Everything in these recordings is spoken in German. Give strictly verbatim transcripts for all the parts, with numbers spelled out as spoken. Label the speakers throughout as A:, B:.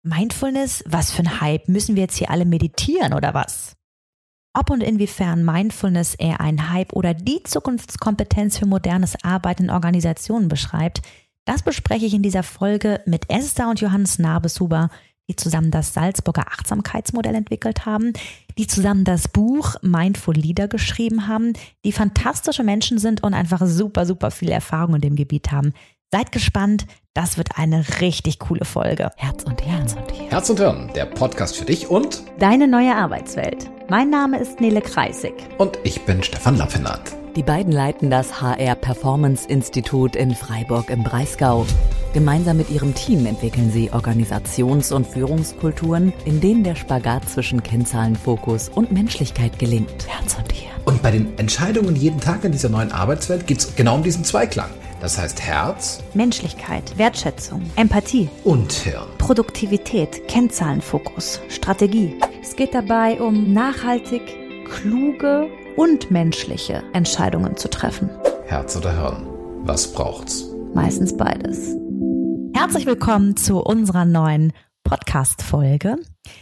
A: Mindfulness, was für ein Hype? Müssen wir jetzt hier alle meditieren oder was? Ob und inwiefern Mindfulness eher ein Hype oder die Zukunftskompetenz für modernes Arbeiten in Organisationen beschreibt, das bespreche ich in dieser Folge mit Esther und Johannes Nabeshuber, die zusammen das Salzburger Achtsamkeitsmodell entwickelt haben, die zusammen das Buch Mindful Leader geschrieben haben, die fantastische Menschen sind und einfach super, super viel Erfahrung in dem Gebiet haben. Seid gespannt, das wird eine richtig coole Folge. Herz und Herz und Hirn.
B: Herz und Hirn, der Podcast für dich und
A: deine neue Arbeitswelt. Mein Name ist Nele Kreisig.
B: Und ich bin Stefan Lappenat.
C: Die beiden leiten das H R Performance Institut in Freiburg im Breisgau. Gemeinsam mit ihrem Team entwickeln sie Organisations- und Führungskulturen, in denen der Spagat zwischen Kennzahlenfokus und Menschlichkeit gelingt.
A: Herz und Hirn.
B: Und bei den Entscheidungen jeden Tag in dieser neuen Arbeitswelt geht es genau um diesen Zweiklang. Das heißt Herz,
A: Menschlichkeit, Wertschätzung, Empathie
B: und Hirn.
A: Produktivität, Kennzahlenfokus, Strategie. Es geht dabei um nachhaltig, kluge und menschliche Entscheidungen zu treffen.
B: Herz oder Hirn, was braucht's?
A: Meistens beides. Herzlich willkommen zu unserer neuen Podcast-Folge.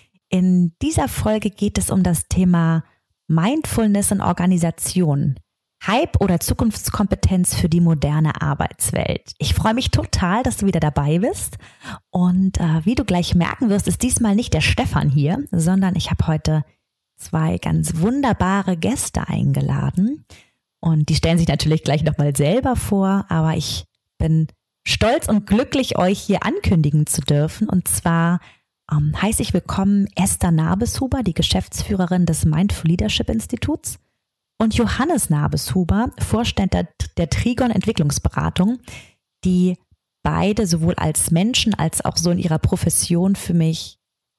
A: In dieser Folge geht es um das Thema Mindfulness in Organisationen. Hype oder Zukunftskompetenz für die moderne Arbeitswelt. Ich freue mich total, dass du wieder dabei bist. Und äh, wie du gleich merken wirst, ist diesmal nicht der Stefan hier, sondern ich habe heute zwei ganz wunderbare Gäste eingeladen. Und die stellen sich natürlich gleich nochmal selber vor, aber ich bin stolz und glücklich, euch hier ankündigen zu dürfen. Und zwar ähm, heiße ich willkommen Esther Nabeshuber, die Geschäftsführerin des Mindful Leadership Instituts. Und Johannes Nabeshuber, Vorstand der, der Trigon Entwicklungsberatung, die beide sowohl als Menschen als auch so in ihrer Profession für mich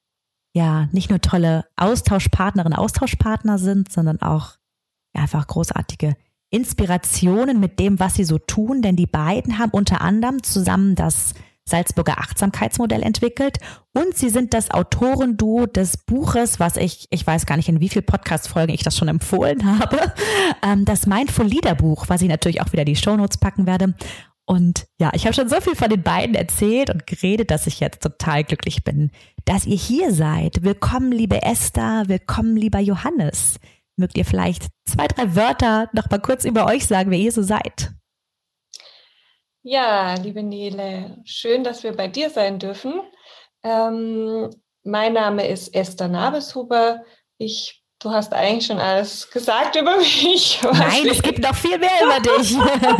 A: ja nicht nur tolle Austauschpartnerinnen, Austauschpartner sind, sondern auch ja, einfach großartige Inspirationen mit dem, was sie so tun. Denn die beiden haben unter anderem zusammen das Salzburger Achtsamkeitsmodell entwickelt und sie sind das Autorenduo des Buches, was ich, ich weiß gar nicht, in wie vielen Podcast-Folgen ich das schon empfohlen habe, das Mindful Leader Buch, was ich natürlich auch wieder in die Shownotes packen werde. Und ja, ich habe schon so viel von den beiden erzählt und geredet, dass ich jetzt total glücklich bin, dass ihr hier seid. Willkommen, liebe Esther, willkommen, lieber Johannes. Mögt ihr vielleicht zwei, drei Wörter noch mal kurz über euch sagen, wer ihr so seid?
D: Ja, liebe Nele, schön, dass wir bei dir sein dürfen. Ähm, mein Name ist Esther Nabeshuber. Ich, du hast eigentlich schon alles gesagt über mich.
A: Nein, es gibt noch viel mehr über dich.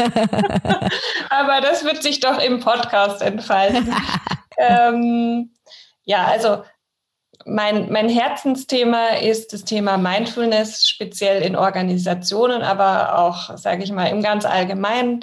D: Aber das wird sich doch im Podcast entfalten. ähm, ja, also mein, mein Herzensthema ist das Thema Mindfulness, speziell in Organisationen, aber auch, sage ich mal, im ganz Allgemeinen.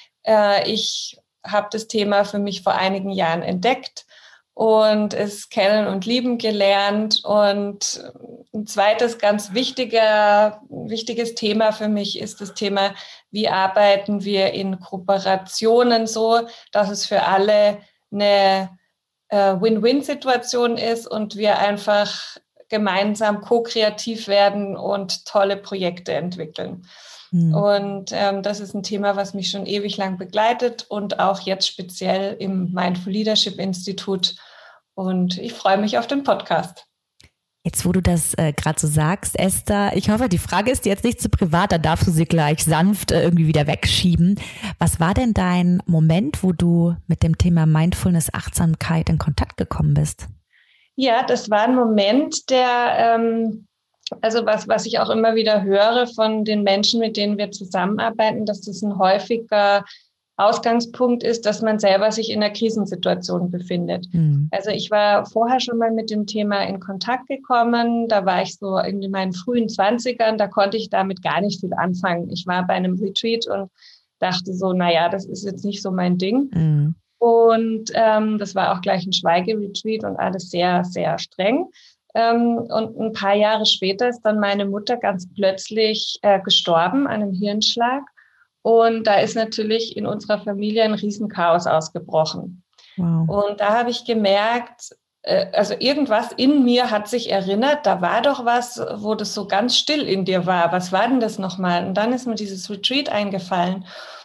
D: Ich habe das Thema für mich vor einigen Jahren entdeckt und es kennen und lieben gelernt. Und ein zweites ganz wichtiger, wichtiges Thema für mich ist das Thema, wie arbeiten wir in Kooperationen so, dass es für alle eine äh, Win-Win-Situation ist und wir einfach gemeinsam ko-kreativ werden und tolle Projekte entwickeln. Und ähm, das ist ein Thema, was mich schon ewig lang begleitet und auch jetzt speziell im Mindful Leadership Institut. Und ich freue mich auf den Podcast.
A: Jetzt, wo du das äh, gerade so sagst, Esther, ich hoffe, die Frage ist jetzt nicht zu privat, dann darfst du sie gleich sanft äh, irgendwie wieder wegschieben. Was war denn dein Moment, wo du mit dem Thema Mindfulness, Achtsamkeit in Kontakt gekommen bist?
D: Ja, das war ein Moment, der... Ähm, Also was, was ich auch immer wieder höre von den Menschen, mit denen wir zusammenarbeiten, dass das ein häufiger Ausgangspunkt ist, dass man selber sich in einer Krisensituation befindet. Mhm. Also ich war vorher schon mal mit dem Thema in Kontakt gekommen. Da war ich so in meinen frühen Zwanzigern, da konnte ich damit gar nicht viel anfangen. Ich war bei einem Retreat und dachte so, naja, das ist jetzt nicht so mein Ding. Mhm. Und ähm, das war auch gleich ein Schweigeretreat und alles sehr, sehr streng. Und ein paar Jahre später ist dann meine Mutter ganz plötzlich äh, gestorben an einem Hirnschlag. Und da ist natürlich in unserer Familie ein Riesenchaos ausgebrochen. Wow. Und da habe ich gemerkt, äh, also irgendwas in mir hat sich erinnert, da war doch was, wo das so ganz still in dir war. Was war denn das nochmal? Und dann ist mir dieses Retreat eingefallen.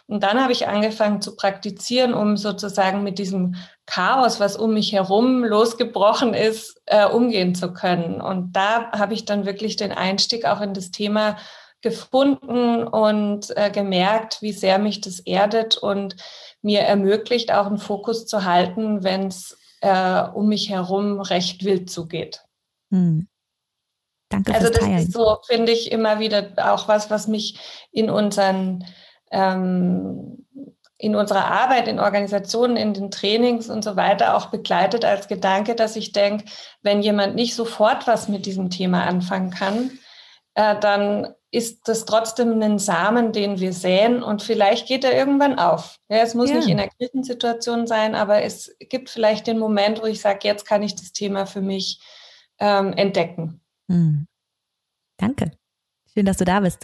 D: Und dann habe ich angefangen zu praktizieren, um sozusagen mit diesem Chaos, was um mich herum losgebrochen ist, äh, umgehen zu können. Und da habe ich dann wirklich den Einstieg auch in das Thema gefunden und äh, gemerkt, wie sehr mich das erdet und mir ermöglicht, auch einen Fokus zu halten, wenn es äh, um mich herum recht wild zugeht.
A: Hm. Danke
D: also
A: fürs
D: das
A: Teilen.
D: ist so, finde ich, immer wieder auch was, was mich in unseren ähm, in unserer Arbeit, in Organisationen, in den Trainings und so weiter auch begleitet als Gedanke, dass ich denke, wenn jemand nicht sofort was mit diesem Thema anfangen kann, äh, dann ist das trotzdem ein Samen, den wir säen und vielleicht geht er irgendwann auf. Ja, es muss ja. nicht in einer Krisensituation sein, aber es gibt vielleicht den Moment, wo ich sage, jetzt kann ich das Thema für mich ähm, entdecken.
A: Hm. Danke. Schön, dass du da bist.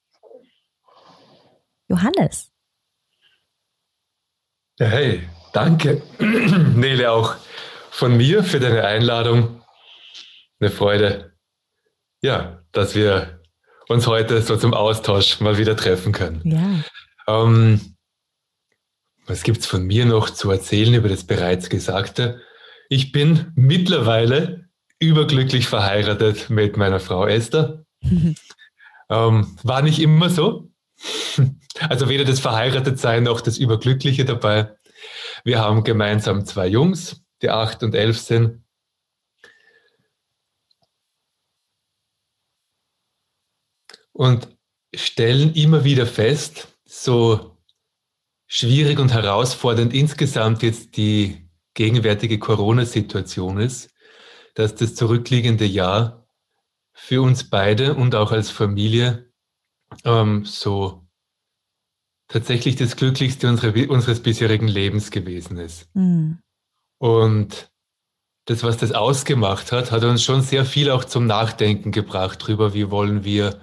A: Johannes.
E: Ja, hey, danke, Nele, auch von mir für deine Einladung. Eine Freude, ja, dass wir uns heute so zum Austausch mal wieder treffen können.
A: Ja.
E: Ähm, was gibt es von mir noch zu erzählen über das bereits Gesagte? Ich bin mittlerweile überglücklich verheiratet mit meiner Frau Esther. ähm, war nicht immer so. Also weder das Verheiratetsein noch das Überglückliche dabei. Wir haben gemeinsam zwei Jungs, die acht und elf sind. Und stellen immer wieder fest, so schwierig und herausfordernd insgesamt jetzt die gegenwärtige Corona-Situation ist, dass das zurückliegende Jahr für uns beide und auch als Familie ähm, so tatsächlich das Glücklichste unsere, unseres bisherigen Lebens gewesen ist.
A: Mhm.
E: Und das, was das ausgemacht hat, hat uns schon sehr viel auch zum Nachdenken gebracht darüber, wie wollen wir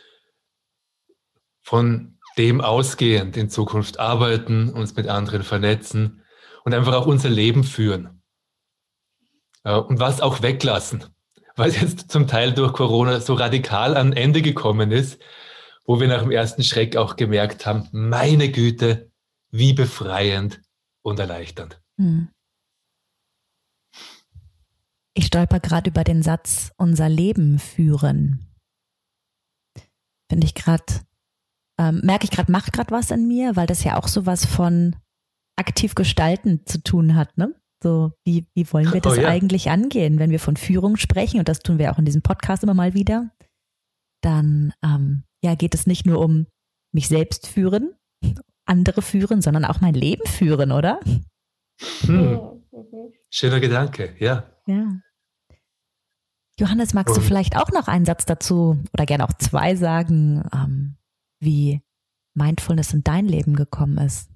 E: von dem ausgehend in Zukunft arbeiten, uns mit anderen vernetzen und einfach auch unser Leben führen. Und was auch weglassen, weil es jetzt zum Teil durch Corona so radikal an Ende gekommen ist, wo wir nach dem ersten Schreck auch gemerkt haben, meine Güte, wie befreiend und erleichternd.
A: Ich stolper gerade über den Satz, unser Leben führen. Finde ich gerade, ähm, merke ich gerade, macht gerade was in mir, weil das ja auch sowas von aktiv gestalten zu tun hat, ne? So, wie, wie wollen wir das oh, ja. eigentlich angehen, wenn wir von Führung sprechen, und das tun wir auch in diesem Podcast immer mal wieder, dann ähm, ja, geht es nicht nur um mich selbst führen, andere führen, sondern auch mein Leben führen, oder?
E: Hm. Schöner Gedanke, ja.
A: Ja. Johannes, magst du vielleicht auch noch einen Satz dazu oder gerne auch zwei sagen, ähm, wie Mindfulness in dein Leben gekommen ist?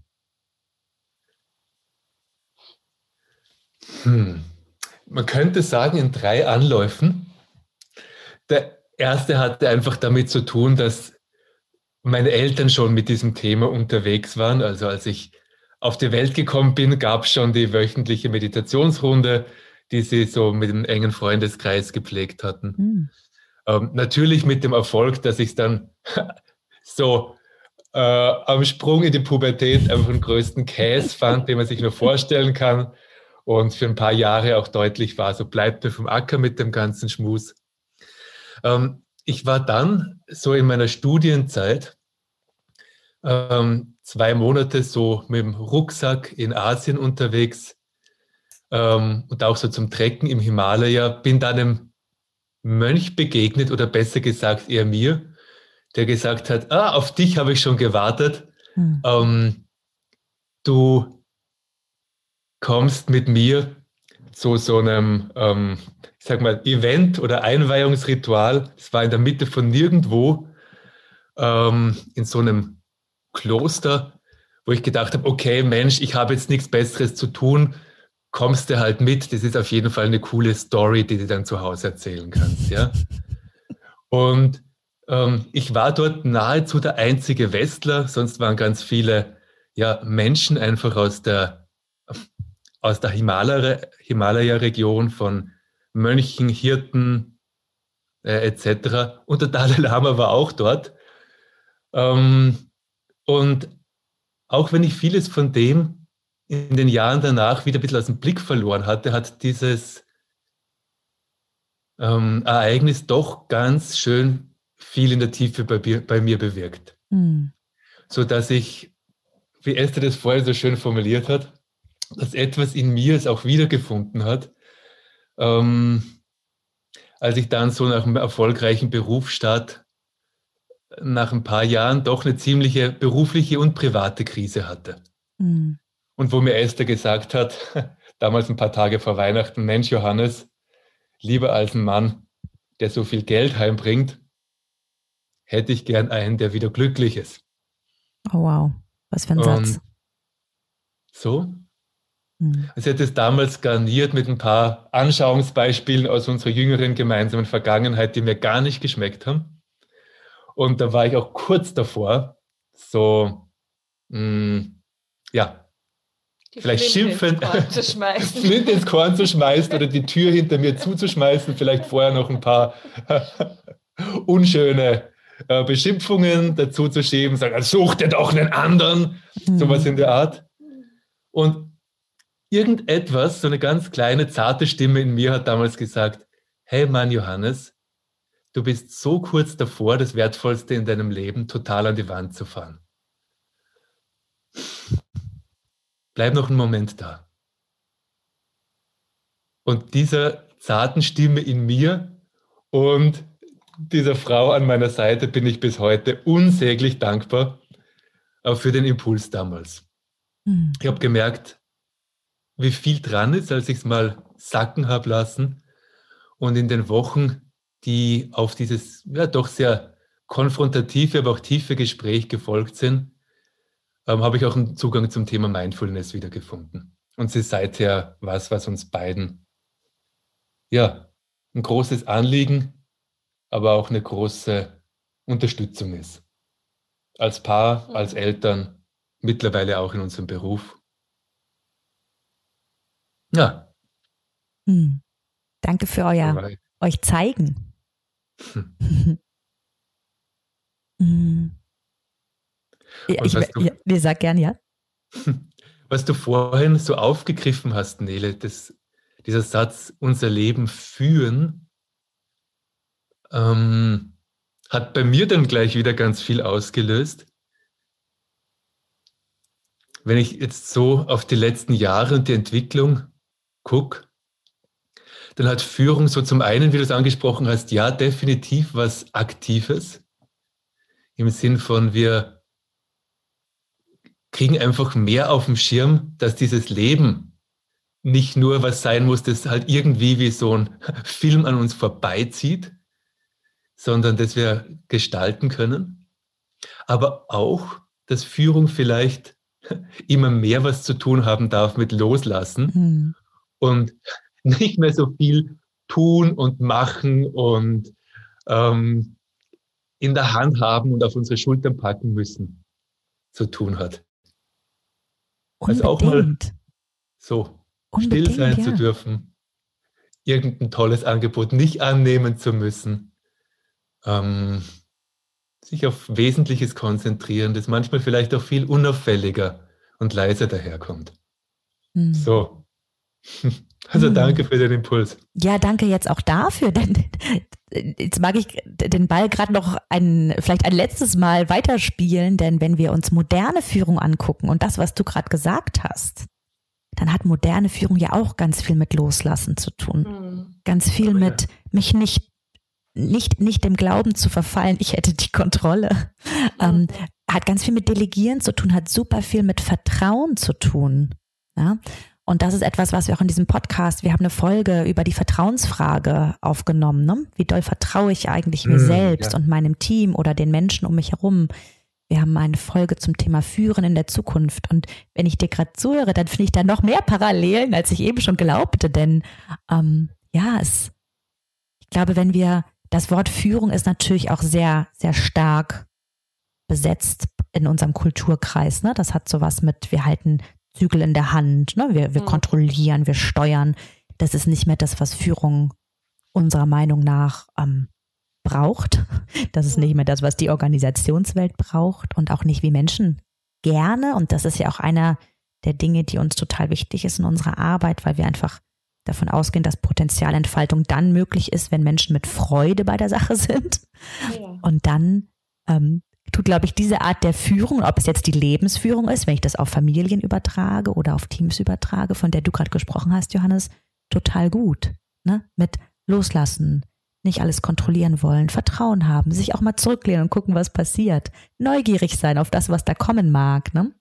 E: Hm. Man könnte sagen, in drei Anläufen. Der erste hatte einfach damit zu tun, dass meine Eltern schon mit diesem Thema unterwegs waren. Also als ich auf die Welt gekommen bin, gab es schon die wöchentliche Meditationsrunde, die sie so mit einem engen Freundeskreis gepflegt hatten. Mhm. Ähm, natürlich mit dem Erfolg, dass ich es dann so äh, am Sprung in die Pubertät einfach den größten Käse fand, den man sich nur vorstellen kann. Und für ein paar Jahre auch deutlich war, so bleibt mir vom Acker mit dem ganzen Schmus. Ähm, ich war dann so in meiner Studienzeit ähm, zwei Monate so mit dem Rucksack in Asien unterwegs ähm, und auch so zum Trekken im Himalaya. Bin dann einem Mönch begegnet, oder besser gesagt eher mir, der gesagt hat, ah, auf dich habe ich schon gewartet. Hm. Ähm, du kommst mit mir zu so einem, ähm, ich sag mal, Event oder Einweihungsritual. Es war in der Mitte von nirgendwo, ähm, in so einem Kloster, wo ich gedacht habe, okay, Mensch, ich habe jetzt nichts Besseres zu tun, kommst du halt mit. Das ist auf jeden Fall eine coole Story, die du dann zu Hause erzählen kannst. Ja? Und ähm, ich war dort nahezu der einzige Westler, sonst waren ganz viele ja, Menschen einfach aus der aus der Himalaya, Himalaya-Region, von Mönchen, Hirten äh, et cetera. Und der Dalai Lama war auch dort. Ähm, und auch wenn ich vieles von dem in den Jahren danach wieder ein bisschen aus dem Blick verloren hatte, hat dieses ähm, Ereignis doch ganz schön viel in der Tiefe bei, bei mir bewirkt. Mhm. So dass ich, wie Esther das vorher so schön formuliert hat, dass etwas in mir es auch wiedergefunden hat, ähm, als ich dann so nach einem erfolgreichen Berufsstart nach ein paar Jahren doch eine ziemliche berufliche und private Krise hatte. Mhm. Und wo mir Esther gesagt hat, damals ein paar Tage vor Weihnachten, Mensch Johannes, lieber als ein Mann, der so viel Geld heimbringt, hätte ich gern einen, der wieder glücklich ist.
A: Oh wow, was für ein und Satz.
E: So. Mhm. Sie hat es damals garniert mit ein paar Anschauungsbeispielen aus unserer jüngeren gemeinsamen Vergangenheit, die mir gar nicht geschmeckt haben. Und da war ich auch kurz davor, so, mh, ja,
D: die
E: vielleicht
D: Flinte
E: schimpfend,
D: ins Korn zu schmeißen.
E: Flinte ins Korn zu schmeißen oder die Tür hinter mir zuzuschmeißen, vielleicht vorher noch ein paar unschöne äh, Beschimpfungen dazu zu schieben, sagen, such dir doch einen anderen, mhm. sowas in der Art. Und irgendetwas, so eine ganz kleine, zarte Stimme in mir hat damals gesagt, hey Mann Johannes, du bist so kurz davor, das Wertvollste in deinem Leben total an die Wand zu fahren. Bleib noch einen Moment da. Und dieser zarten Stimme in mir und dieser Frau an meiner Seite bin ich bis heute unsäglich dankbar für den Impuls damals. Mhm. Ich habe gemerkt, wie viel dran ist, als ich es mal sacken habe lassen und in den Wochen, die auf dieses ja doch sehr konfrontative, aber auch tiefe Gespräch gefolgt sind, ähm, habe ich auch einen Zugang zum Thema Mindfulness wiedergefunden. Und es ist seither was, was uns beiden ja ein großes Anliegen, aber auch eine große Unterstützung ist. Als Paar, als Eltern, mittlerweile auch in unserem Beruf. Ja.
A: Hm. Danke für euer Alright. euch zeigen. Hm. hm. Ja, ich, du, ja, wir sagen gern, ja.
E: Was du vorhin so aufgegriffen hast, Nele, das, dieser Satz, unser Leben führen, ähm, hat bei mir dann gleich wieder ganz viel ausgelöst. Wenn ich jetzt so auf die letzten Jahre und die Entwicklung gucke, dann hat Führung so zum einen, wie du es angesprochen hast, ja, definitiv was Aktives. Im Sinn von, wir kriegen einfach mehr auf dem Schirm, dass dieses Leben nicht nur was sein muss, das halt irgendwie wie so ein Film an uns vorbeizieht, sondern dass wir gestalten können. Aber auch, dass Führung vielleicht immer mehr was zu tun haben darf mit Loslassen mhm. und nicht mehr so viel tun und machen und ähm, in der Hand haben und auf unsere Schultern packen müssen, zu tun hat.
A: Unbedingt.
E: Also auch mal so
A: Unbedingt,
E: still sein
A: ja.
E: zu dürfen, irgendein tolles Angebot nicht annehmen zu müssen, ähm, sich auf Wesentliches konzentrieren, das manchmal vielleicht auch viel unauffälliger und leiser daherkommt. Mhm. So. Also danke für den Impuls.
A: Ja, danke jetzt auch dafür, denn jetzt mag ich den Ball gerade noch ein, vielleicht ein letztes Mal weiterspielen, denn wenn wir uns moderne Führung angucken und das, was du gerade gesagt hast, dann hat moderne Führung ja auch ganz viel mit Loslassen zu tun. Mhm. Ganz viel
E: Aber
A: mit
E: ja.
A: mich nicht, nicht, nicht dem Glauben zu verfallen, ich hätte die Kontrolle. Mhm. Ähm, hat ganz viel mit Delegieren zu tun, hat super viel mit Vertrauen zu tun. Ja. Und das ist etwas, was wir auch in diesem Podcast, wir haben eine Folge über die Vertrauensfrage aufgenommen. Ne? Wie doll vertraue ich eigentlich mir mm, selbst ja. und meinem Team oder den Menschen um mich herum? Wir haben eine Folge zum Thema Führen in der Zukunft. Und wenn ich dir gerade zuhöre, dann finde ich da noch mehr Parallelen, als ich eben schon glaubte. Denn ähm, ja, es, ich glaube, wenn wir, das Wort Führung ist natürlich auch sehr, sehr stark besetzt in unserem Kulturkreis. Ne? Das hat sowas mit, wir halten Zügel in der Hand, ne? wir, wir mhm. kontrollieren, wir steuern. Das ist nicht mehr das, was Führung unserer Meinung nach ähm, braucht. Das ist nicht mehr das, was die Organisationswelt braucht und auch nicht wie Menschen gerne, und das ist ja auch einer der Dinge, die uns total wichtig ist in unserer Arbeit, weil wir einfach davon ausgehen, dass Potenzialentfaltung dann möglich ist, wenn Menschen mit Freude bei der Sache sind. Ja. Und dann ähm, tut, glaube ich, diese Art der Führung, ob es jetzt die Lebensführung ist, wenn ich das auf Familien übertrage oder auf Teams übertrage, von der du gerade gesprochen hast, Johannes, total gut. Ne? Mit Loslassen, nicht alles kontrollieren wollen, Vertrauen haben, sich auch mal zurücklehnen und gucken, was passiert. Neugierig sein auf das, was da kommen mag. Ne?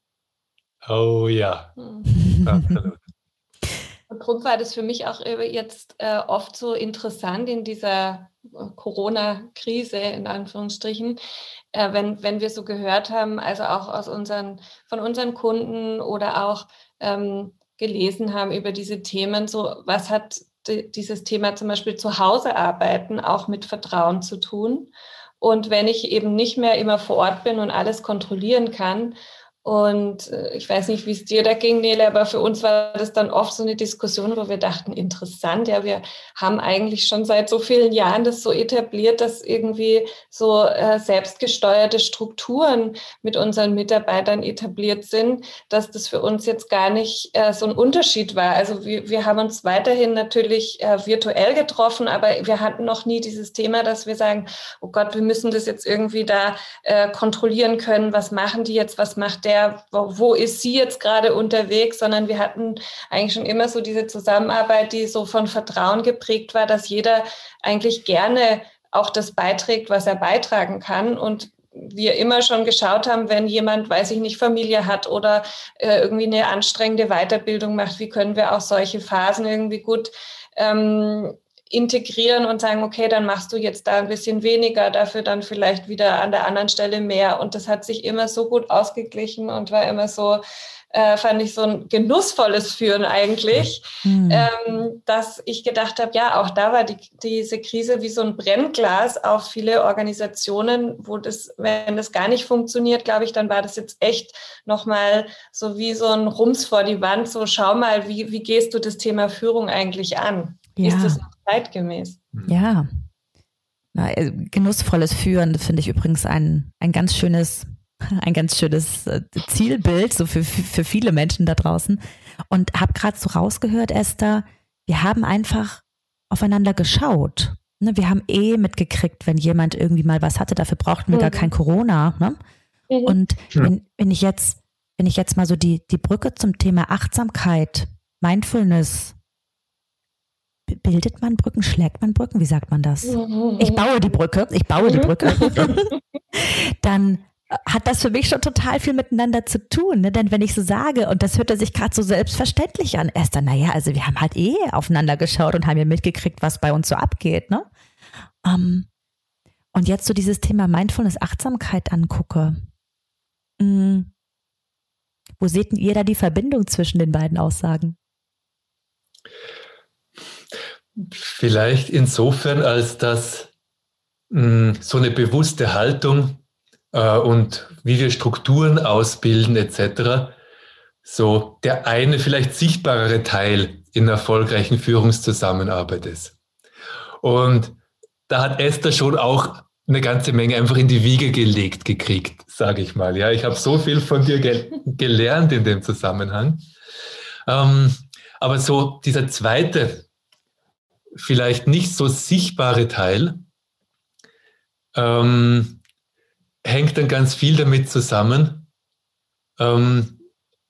E: Oh ja, absolut.
D: Und darum war das für mich auch jetzt äh, oft so interessant in dieser Corona-Krise, in Anführungsstrichen, äh, wenn, wenn wir so gehört haben, also auch aus unseren, von unseren Kunden oder auch ähm, gelesen haben über diese Themen, so was hat d- dieses Thema zum Beispiel zu Hause arbeiten auch mit Vertrauen zu tun. Und wenn ich eben nicht mehr immer vor Ort bin und alles kontrollieren kann, und ich weiß nicht, wie es dir da ging, Nele, aber für uns war das dann oft so eine Diskussion, wo wir dachten, interessant, ja, wir haben eigentlich schon seit so vielen Jahren das so etabliert, dass irgendwie so äh, selbstgesteuerte Strukturen mit unseren Mitarbeitern etabliert sind, dass das für uns jetzt gar nicht äh, so ein Unterschied war. Also wir, wir haben uns weiterhin natürlich äh, virtuell getroffen, aber wir hatten noch nie dieses Thema, dass wir sagen, oh Gott, wir müssen das jetzt irgendwie da äh, kontrollieren können, was machen die jetzt, was macht der, wo ist sie jetzt gerade unterwegs, sondern wir hatten eigentlich schon immer so diese Zusammenarbeit, die so von Vertrauen geprägt war, dass jeder eigentlich gerne auch das beiträgt, was er beitragen kann, und wir immer schon geschaut haben, wenn jemand, weiß ich nicht, Familie hat oder äh, irgendwie eine anstrengende Weiterbildung macht, wie können wir auch solche Phasen irgendwie gut ähm, integrieren und sagen, okay, dann machst du jetzt da ein bisschen weniger, dafür dann vielleicht wieder an der anderen Stelle mehr. Und das hat sich immer so gut ausgeglichen und war immer so, äh, fand ich so ein genussvolles Führen eigentlich, mhm. ähm, dass ich gedacht habe, ja, auch da war die, diese Krise wie so ein Brennglas auf viele Organisationen, wo das, wenn das gar nicht funktioniert, glaube ich, dann war das jetzt echt nochmal so wie so ein Rums vor die Wand, so schau mal, wie, wie gehst du das Thema Führung eigentlich an?
A: Ja.
D: Ist das noch zeitgemäß?
A: Ja. Na, genussvolles Führen, das finde ich übrigens ein, ein ganz schönes, ein ganz schönes Zielbild, so für, für viele Menschen da draußen. Und habe gerade so rausgehört, Esther, wir haben einfach aufeinander geschaut. Ne, wir haben eh mitgekriegt, wenn jemand irgendwie mal was hatte, dafür brauchten wir mhm. gar kein Corona. Ne? Mhm. Und ja. wenn, wenn ich jetzt, wenn ich jetzt mal so die, die Brücke zum Thema Achtsamkeit, Mindfulness, bildet man Brücken, schlägt man Brücken, wie sagt man das? Ich baue die Brücke, ich baue die Brücke. Dann hat das für mich schon total viel miteinander zu tun. Ne? Denn wenn ich so sage, und das hört sich gerade so selbstverständlich an, Esther, naja, also wir haben halt eh aufeinander geschaut und haben ja mitgekriegt, was bei uns so abgeht. Ne? Um, und jetzt so dieses Thema Mindfulness, Achtsamkeit angucke. Hm. Wo seht ihr da die Verbindung zwischen den beiden Aussagen?
E: Vielleicht insofern, als dass mh, so eine bewusste Haltung äh, und wie wir Strukturen ausbilden et cetera so der eine vielleicht sichtbarere Teil in erfolgreichen Führungszusammenarbeit ist. Und da hat Esther schon auch eine ganze Menge einfach in die Wiege gelegt gekriegt, sage ich mal. Ja, ich habe so viel von dir ge- gelernt in dem Zusammenhang. Ähm, aber so dieser zweite, vielleicht nicht so sichtbare Teil, ähm, hängt dann ganz viel damit zusammen, ähm,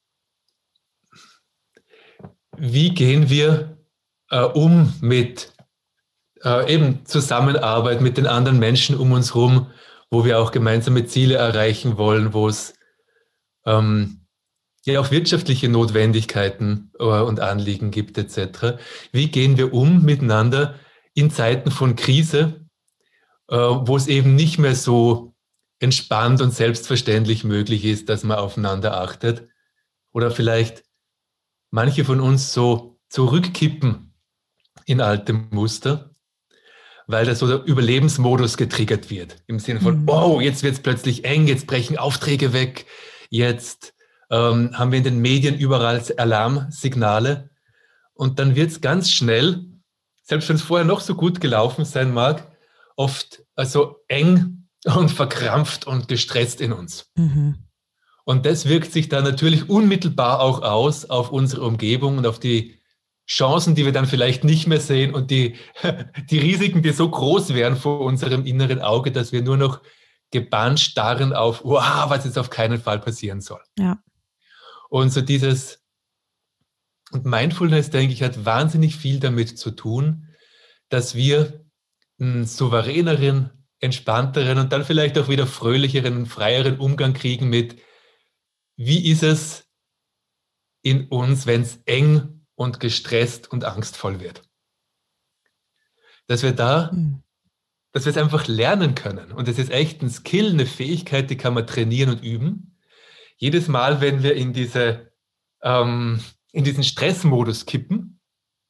E: wie gehen wir äh, um mit äh, eben Zusammenarbeit mit den anderen Menschen um uns herum, wo wir auch gemeinsame Ziele erreichen wollen, wo es ähm, ja auch wirtschaftliche Notwendigkeiten äh, und Anliegen gibt et cetera. Wie gehen wir um miteinander in Zeiten von Krise, äh, wo es eben nicht mehr so entspannt und selbstverständlich möglich ist, dass man aufeinander achtet oder vielleicht manche von uns so zurückkippen in alte Muster, weil da so der Überlebensmodus getriggert wird. Im Sinne von, mhm. wow, jetzt wird es plötzlich eng, jetzt brechen Aufträge weg, jetzt ähm, haben wir in den Medien überall Alarmsignale und dann wird es ganz schnell, selbst wenn es vorher noch so gut gelaufen sein mag, oft also eng und verkrampft und gestresst in uns. Mhm. Und das wirkt sich dann natürlich unmittelbar auch aus auf unsere Umgebung und auf die Chancen, die wir dann vielleicht nicht mehr sehen und die, die Risiken, die so groß wären vor unserem inneren Auge, dass wir nur noch gebannt starren auf, wow, was jetzt auf keinen Fall passieren soll.
A: Ja. Und
E: so dieses, und Mindfulness, denke ich, hat wahnsinnig viel damit zu tun, dass wir einen souveräneren, entspannteren und dann vielleicht auch wieder fröhlicheren, freieren Umgang kriegen mit, wie ist es in uns, wenn es eng und gestresst und angstvoll wird. Dass wir da, mhm. dass wir es einfach lernen können. Und das ist echt ein Skill, eine Fähigkeit, die kann man trainieren und üben. Jedes Mal, wenn wir in diese, ähm, in diesen Stressmodus kippen,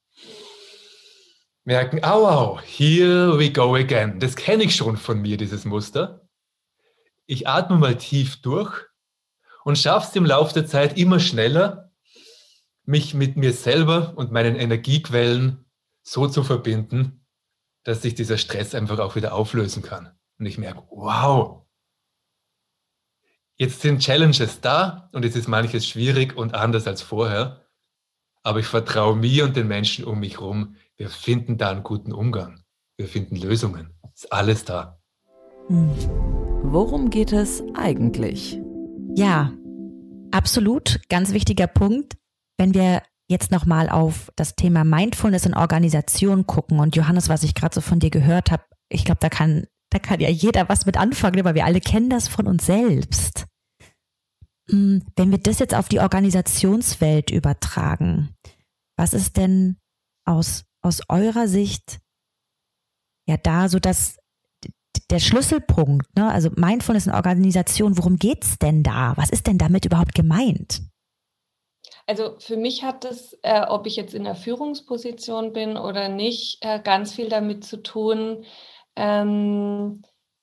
E: merken, au, au, here we go again. Das kenne ich schon von mir, dieses Muster. Ich atme mal tief durch und schaffe es im Laufe der Zeit immer schneller, mich mit mir selber und meinen Energiequellen so zu verbinden, dass sich dieser Stress einfach auch wieder auflösen kann. Und ich merke, wow, jetzt sind Challenges da und es ist manches schwierig und anders als vorher, aber ich vertraue mir und den Menschen um mich herum, wir finden da einen guten Umgang. Wir finden Lösungen. Ist alles da.
C: Worum geht es eigentlich?
A: Ja, absolut. Ganz wichtiger Punkt. Wenn wir jetzt nochmal auf das Thema Mindfulness in Organisation gucken und Johannes, was ich gerade so von dir gehört habe, ich glaube, da kann, da kann ja jeder was mit anfangen, weil wir alle kennen das von uns selbst. Wenn wir das jetzt auf die Organisationswelt übertragen, was ist denn aus, aus eurer Sicht ja da so das, der Schlüsselpunkt, ne? Also Mindfulness in Organisation, worum geht's denn da? Was ist denn damit überhaupt gemeint?
D: Also für mich hat es, äh, ob ich jetzt in der Führungsposition bin oder nicht, äh, ganz viel damit zu tun, ähm,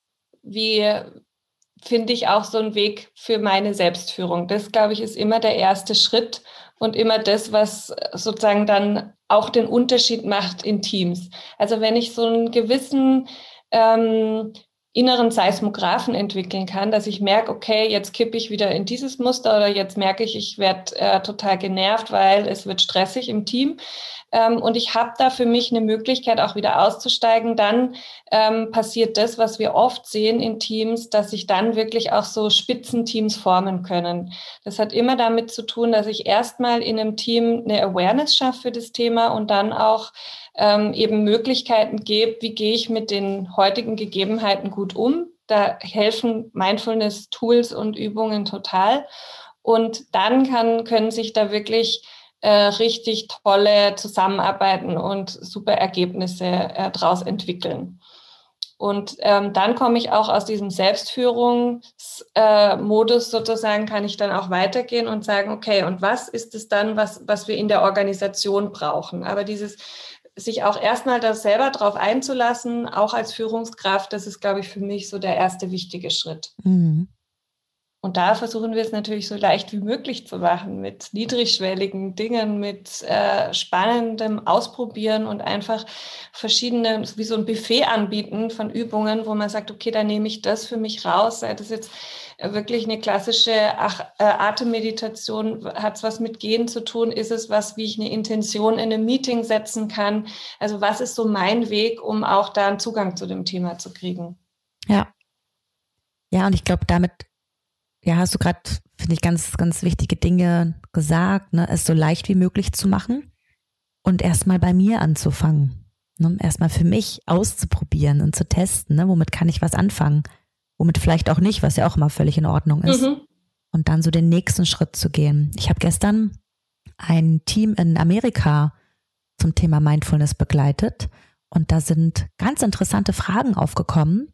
D: wie finde ich auch so einen Weg für meine Selbstführung. Das, glaube ich, ist immer der erste Schritt und immer das, was sozusagen dann auch den Unterschied macht in Teams. Also wenn ich so einen gewissen ähm, inneren Seismographen entwickeln kann, dass ich merke, okay, jetzt kippe ich wieder in dieses Muster oder jetzt merke ich, ich werde äh, total genervt, weil es wird stressig im Team. Ähm, und ich habe da für mich eine Möglichkeit, auch wieder auszusteigen. Dann ähm, passiert das, was wir oft sehen in Teams, dass sich dann wirklich auch so Spitzenteams formen können. Das hat immer damit zu tun, dass ich erstmal in einem Team eine Awareness schaffe für das Thema und dann auch ähm, eben Möglichkeiten gebe, wie gehe ich mit den heutigen Gegebenheiten gut um. Da helfen Mindfulness-Tools und Übungen total. Und dann kann, können sich da wirklich Äh, richtig tolle Zusammenarbeiten und super Ergebnisse äh, daraus entwickeln. Und ähm, dann komme ich auch aus diesem Selbstführungsmodus äh, sozusagen, kann ich dann auch weitergehen und sagen, okay, und was ist es dann, was, was wir in der Organisation brauchen? Aber dieses sich auch erstmal da selber drauf einzulassen, auch als Führungskraft, das ist, glaube ich, für mich so der erste wichtige Schritt.
A: Mhm.
D: Und da versuchen wir es natürlich so leicht wie möglich zu machen, mit niedrigschwelligen Dingen, mit äh, spannendem Ausprobieren und einfach verschiedene, wie so ein Buffet anbieten von Übungen, wo man sagt, okay, da nehme ich das für mich raus. Sei das jetzt wirklich eine klassische Ach, äh, Atemmeditation, hat es was mit Gehen zu tun? Ist es was, wie ich eine Intention in einem Meeting setzen kann? Also was ist so mein Weg, um auch da einen Zugang zu dem Thema zu kriegen?
A: Ja. Ja, und ich glaube, damit Ja, hast du gerade, finde ich, ganz, ganz wichtige Dinge gesagt, ne? Es so leicht wie möglich zu machen und erstmal bei mir anzufangen. Ne? Erstmal für mich auszuprobieren und zu testen, ne? Womit kann ich was anfangen, womit vielleicht auch nicht, was ja auch immer völlig in Ordnung ist. Mhm. Und dann so den nächsten Schritt zu gehen. Ich habe gestern ein Team in Amerika zum Thema Mindfulness begleitet und da sind ganz interessante Fragen aufgekommen,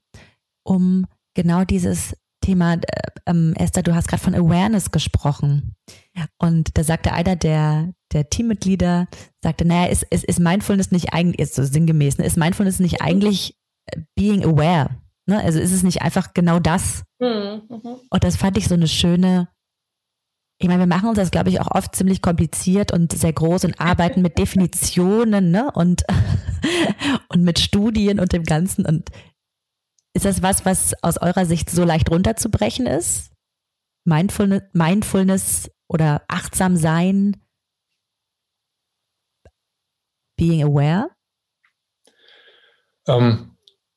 A: um genau dieses Thema, ähm, Esther, du hast gerade von Awareness gesprochen und da sagte einer der, der Teammitglieder, sagte, naja, ist, ist, ist Mindfulness nicht eigentlich, ist so sinngemäß, ne, ist Mindfulness nicht eigentlich being aware, ne? Also ist es nicht einfach genau das? Mhm. Und das fand ich so eine schöne, ich meine, wir machen uns das, glaube ich, auch oft ziemlich kompliziert und sehr groß und arbeiten mit Definitionen, ne, und, und mit Studien und dem Ganzen. Und ist das was, was aus eurer Sicht so leicht runterzubrechen ist? Mindfulness, Mindfulness oder achtsam sein, being aware?
E: Ähm,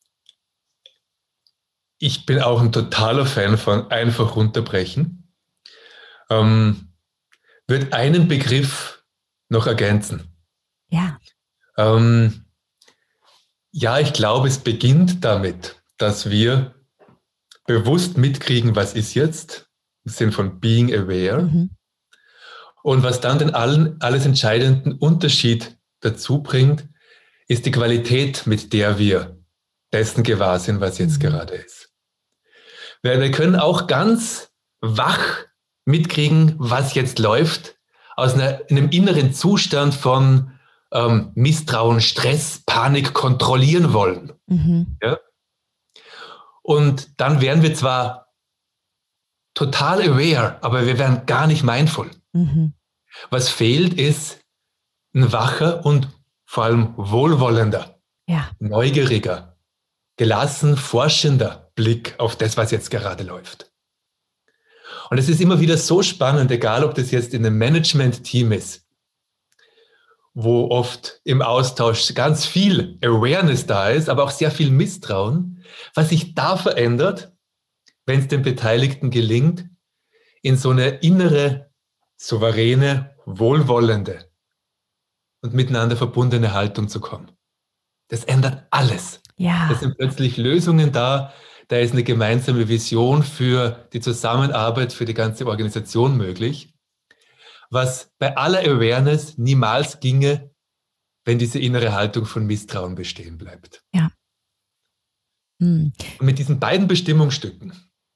E: ich bin auch ein totaler Fan von einfach runterbrechen. Ähm, würde einen Begriff noch ergänzen.
A: Ja.
E: Ähm, ja, ich glaube, es beginnt damit, dass wir bewusst mitkriegen, was ist jetzt, im Sinn von being aware,
A: Mhm.
E: und was dann den allen, alles entscheidenden Unterschied dazu bringt, ist die Qualität, mit der wir dessen gewahr sind, was jetzt mhm. gerade ist. Wir, wir können auch ganz wach mitkriegen, was jetzt läuft, aus einer, einem inneren Zustand von ähm, Misstrauen, Stress, Panik kontrollieren wollen. Mhm. Ja? Und dann wären wir zwar total aware, aber wir wären gar nicht mindful. Mhm. Was fehlt, ist ein wacher und vor allem wohlwollender, ja. neugieriger, gelassen forschender Blick auf das, was jetzt gerade läuft. Und es ist immer wieder so spannend, egal ob das jetzt in einem Management-Team ist, wo oft im Austausch ganz viel Awareness da ist, aber auch sehr viel Misstrauen, was sich da verändert, wenn es den Beteiligten gelingt, in so eine innere, souveräne, wohlwollende und miteinander verbundene Haltung zu kommen. Das ändert alles.
A: Ja.
E: Es sind plötzlich Lösungen da, da ist eine gemeinsame Vision für die Zusammenarbeit, für die ganze Organisation möglich, was bei aller Awareness niemals ginge, wenn diese innere Haltung von Misstrauen bestehen bleibt.
A: Ja. Hm.
E: Und mit diesen beiden Bestimmungsstücken,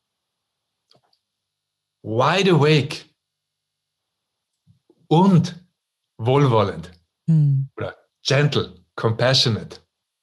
E: wide awake und wohlwollend hm. oder gentle, compassionate,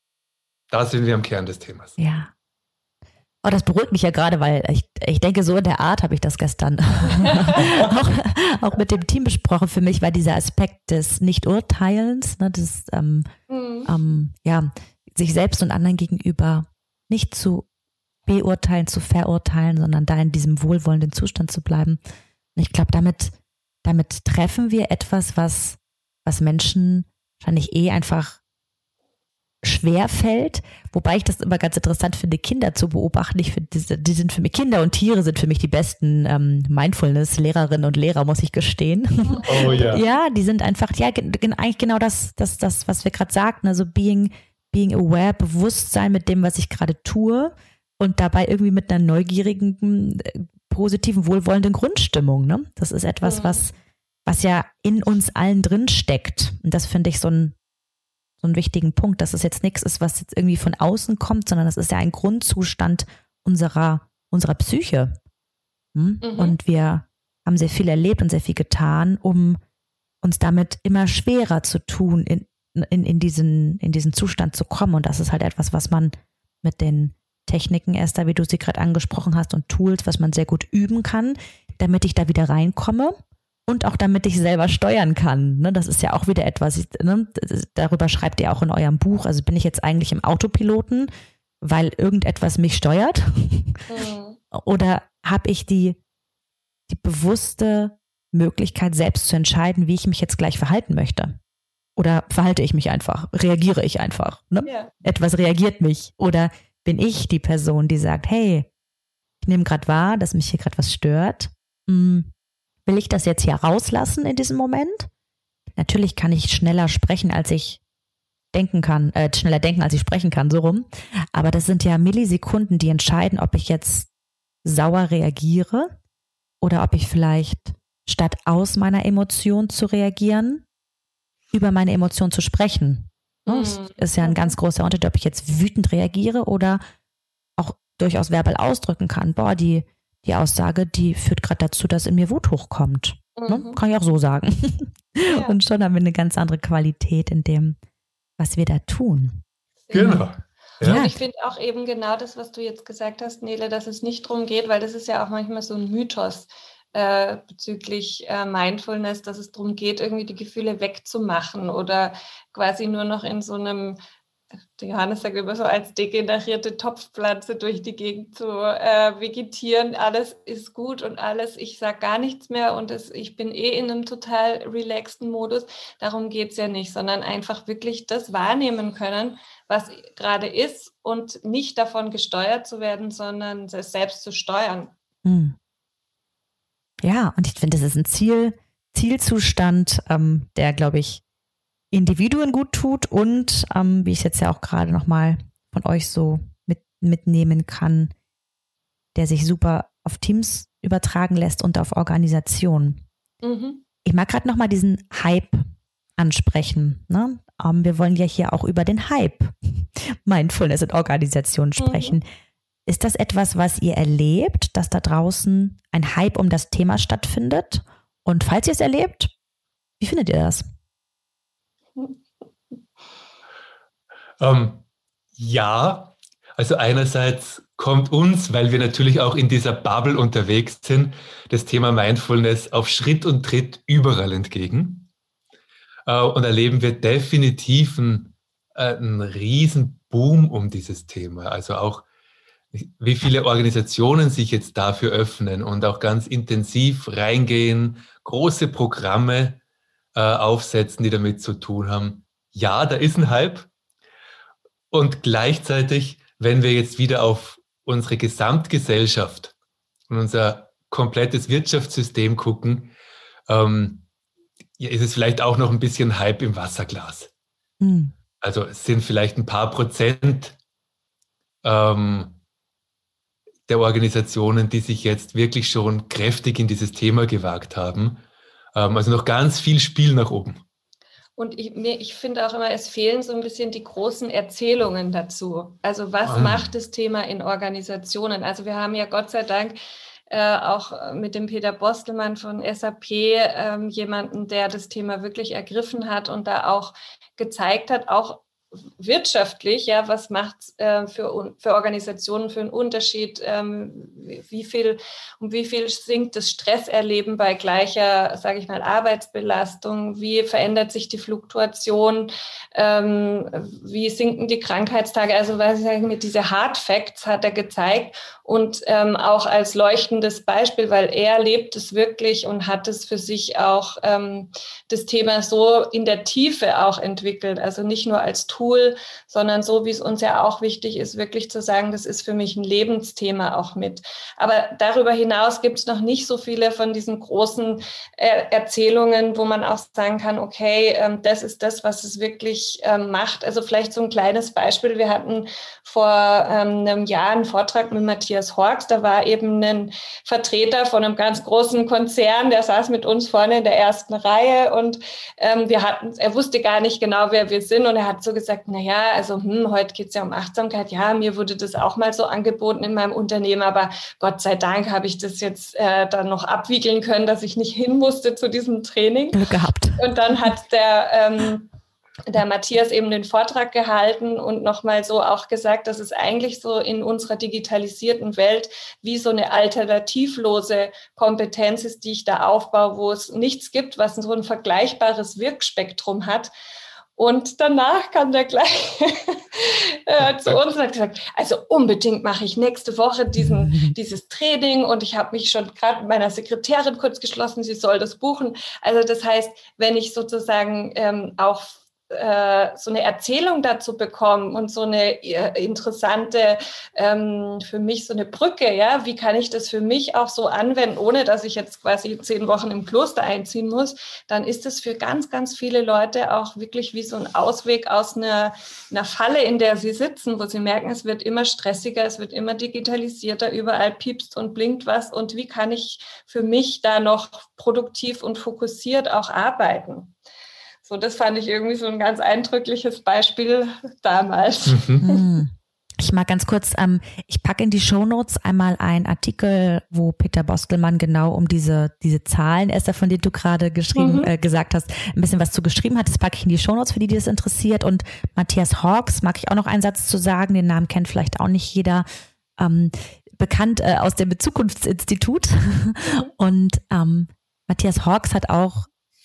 E: da sind wir am Kern des Themas.
A: Ja. Oh, das beruhigt mich ja gerade, weil ich, ich denke, so in der Art habe ich das gestern auch, auch mit dem Team besprochen. Für mich war dieser Aspekt des Nicht-Urteilens, ne, des ähm, mhm. ähm, ja, sich selbst und anderen gegenüber nicht zu beurteilen, zu verurteilen, sondern da in diesem wohlwollenden Zustand zu bleiben. Und ich glaube, damit, damit treffen wir etwas, was, was Menschen wahrscheinlich eh einfach schwer fällt, wobei ich das immer ganz interessant finde, Kinder zu beobachten. Ich finde, die, die sind für mich, Kinder und Tiere sind für mich die besten ähm, Mindfulness-Lehrerinnen und Lehrer, muss ich gestehen.
E: Oh ja.
A: Ja, die sind einfach, ja, gen, eigentlich genau das, das, das, was wir gerade sagten, also being, being aware, Bewusstsein mit dem, was ich gerade tue und dabei irgendwie mit einer neugierigen, positiven, wohlwollenden Grundstimmung. Ne? Das ist etwas, ja. was, was ja in uns allen drin steckt. Und das finde ich so ein so einen wichtigen Punkt, dass es jetzt nichts ist, was jetzt irgendwie von außen kommt, sondern das ist ja ein Grundzustand unserer, unserer Psyche. Hm? Mhm. Und wir haben sehr viel erlebt und sehr viel getan, um uns damit immer schwerer zu tun, in, in, in, diesen, in diesen Zustand zu kommen. Und das ist halt etwas, was man mit den Techniken, Esther, wie du sie gerade angesprochen hast, und Tools, was man sehr gut üben kann, damit ich da wieder reinkomme. Und auch damit ich selber steuern kann. Ne, das ist ja auch wieder etwas, ne, darüber schreibt ihr auch in eurem Buch. Also bin ich jetzt eigentlich im Autopiloten, weil irgendetwas mich steuert? Mhm. Oder habe ich die, die bewusste Möglichkeit, selbst zu entscheiden, wie ich mich jetzt gleich verhalten möchte? Oder verhalte ich mich einfach? Reagiere ich einfach? Ne? Ja. Etwas reagiert mich. Oder bin ich die Person, die sagt, hey, ich nehme gerade wahr, dass mich hier gerade was stört. Hm. Will ich das jetzt hier rauslassen in diesem Moment? Natürlich kann ich schneller sprechen, als ich denken kann, äh, schneller denken, als ich sprechen kann, so rum. Aber das sind ja Millisekunden, die entscheiden, ob ich jetzt sauer reagiere oder ob ich vielleicht statt aus meiner Emotion zu reagieren, über meine Emotion zu sprechen. Mhm. Das ist ja ein ganz großer Unterschied, ob ich jetzt wütend reagiere oder auch durchaus verbal ausdrücken kann. Boah, die Die Aussage, die führt gerade dazu, dass in mir Wut hochkommt. Mhm. Ne? Kann ich auch so sagen. Ja. Und schon haben wir eine ganz andere Qualität in dem, was wir da tun.
E: Genau.
D: Ja. Und ich finde auch eben genau das, was du jetzt gesagt hast, Nele, dass es nicht darum geht, weil das ist ja auch manchmal so ein Mythos äh, bezüglich äh, Mindfulness, dass es darum geht, irgendwie die Gefühle wegzumachen oder quasi nur noch in so einem der Johannes sagt immer so, als degenerierte Topfpflanze durch die Gegend zu äh, vegetieren. Alles ist gut und alles, ich sage gar nichts mehr und es, ich bin eh in einem total relaxten Modus. Darum geht es ja nicht, sondern einfach wirklich das wahrnehmen können, was gerade ist und nicht davon gesteuert zu werden, sondern es selbst zu steuern.
A: Hm. Ja, und ich finde, das ist ein Ziel, Zielzustand, ähm, der, glaube ich, Individuen gut tut und, ähm, wie ich es jetzt ja auch gerade nochmal von euch so mit, mitnehmen kann, der sich super auf Teams übertragen lässt und auf Organisationen. Mhm. Ich mag gerade nochmal diesen Hype ansprechen. Ne? Ähm, wir wollen ja hier auch über den Hype Mindfulness in Organisationen sprechen. Mhm. Ist das etwas, was ihr erlebt, dass da draußen ein Hype um das Thema stattfindet? Und falls ihr es erlebt, wie findet ihr das?
E: Ähm, ja, also einerseits kommt uns, weil wir natürlich auch in dieser Bubble unterwegs sind, das Thema Mindfulness auf Schritt und Tritt überall entgegen. Äh, und erleben wir definitiv einen, äh, einen riesen Boom um dieses Thema. Also auch, wie viele Organisationen sich jetzt dafür öffnen und auch ganz intensiv reingehen, große Programme äh, aufsetzen, die damit zu tun haben. Ja, da ist ein Hype. Und gleichzeitig, wenn wir jetzt wieder auf unsere Gesamtgesellschaft und unser komplettes Wirtschaftssystem gucken, ähm, ja, ist es vielleicht auch noch ein bisschen Hype im Wasserglas. Mhm. Also es sind vielleicht ein paar Prozent ähm, der Organisationen, die sich jetzt wirklich schon kräftig in dieses Thema gewagt haben. Ähm, also noch ganz viel Spiel nach oben.
D: Und ich, mir, ich finde auch immer, es fehlen so ein bisschen die großen Erzählungen dazu. Also was ah. macht das Thema in Organisationen? Also wir haben ja Gott sei Dank äh, auch mit dem Peter Bostelmann von S A P äh, jemanden, der das Thema wirklich ergriffen hat und da auch gezeigt hat, auch wirtschaftlich, ja, was macht äh, für, für Organisationen für einen Unterschied, ähm, wie viel, um wie viel sinkt das Stresserleben bei gleicher, sage ich mal, Arbeitsbelastung, wie verändert sich die Fluktuation, ähm, wie sinken die Krankheitstage, also was ich sage, mit diese Hard Facts hat er gezeigt und ähm, auch als leuchtendes Beispiel, weil er lebt es wirklich und hat es für sich auch ähm, das Thema so in der Tiefe auch entwickelt, also nicht nur als Tool, sondern so, wie es uns ja auch wichtig ist, wirklich zu sagen, das ist für mich ein Lebensthema auch mit. Aber darüber hinaus gibt es noch nicht so viele von diesen großen äh, Erzählungen, wo man auch sagen kann, okay, ähm, das ist das, was es wirklich ähm, macht. Also vielleicht so ein kleines Beispiel. Wir hatten vor ähm, einem Jahr einen Vortrag mit Matthias Horks. Da war eben ein Vertreter von einem ganz großen Konzern, der saß mit uns vorne in der ersten Reihe und ähm, wir hatten, er wusste gar nicht genau, wer wir sind und er hat so gesagt, na ja, also hm, heute geht es ja um Achtsamkeit. Ja, mir wurde das auch mal so angeboten in meinem Unternehmen, aber Gott sei Dank habe ich das jetzt äh, dann noch abwiegeln können, dass ich nicht hin musste zu diesem Training.
A: Glück gehabt.
D: Und dann hat der ähm, der Matthias eben den Vortrag gehalten und nochmal so auch gesagt, dass es eigentlich so in unserer digitalisierten Welt wie so eine alternativlose Kompetenz ist, die ich da aufbaue, wo es nichts gibt, was so ein vergleichbares Wirkspektrum hat. Und danach kam der gleich äh, zu uns und hat gesagt, also unbedingt mache ich nächste Woche diesen, dieses Training und ich habe mich schon gerade mit meiner Sekretärin kurz geschlossen, sie soll das buchen. Also das heißt, wenn ich sozusagen ähm, auch so eine Erzählung dazu bekommen und so eine interessante, ähm, für mich so eine Brücke, ja, wie kann ich das für mich auch so anwenden, ohne dass ich jetzt quasi zehn Wochen im Kloster einziehen muss, dann ist es für ganz, ganz viele Leute auch wirklich wie so ein Ausweg aus einer, einer Falle, in der sie sitzen, wo sie merken, es wird immer stressiger, es wird immer digitalisierter, überall piepst und blinkt was und wie kann ich für mich da noch produktiv und fokussiert auch arbeiten? So, das fand ich irgendwie so ein ganz eindrückliches Beispiel damals.
A: Mhm. Ich mag ganz kurz, ähm, ich packe in die Shownotes einmal einen Artikel, wo Peter Bostelmann genau um diese diese Zahlen, Esther, von denen du gerade geschrieben, mhm. äh, gesagt hast, ein bisschen was zu geschrieben hat. Das packe ich in die Shownotes, für die, die das interessiert. Und Matthias Horks, mag ich auch noch einen Satz zu sagen, den Namen kennt vielleicht auch nicht jeder, ähm, bekannt äh, aus dem Zukunftsinstitut. Und ähm, Matthias Horks hat auch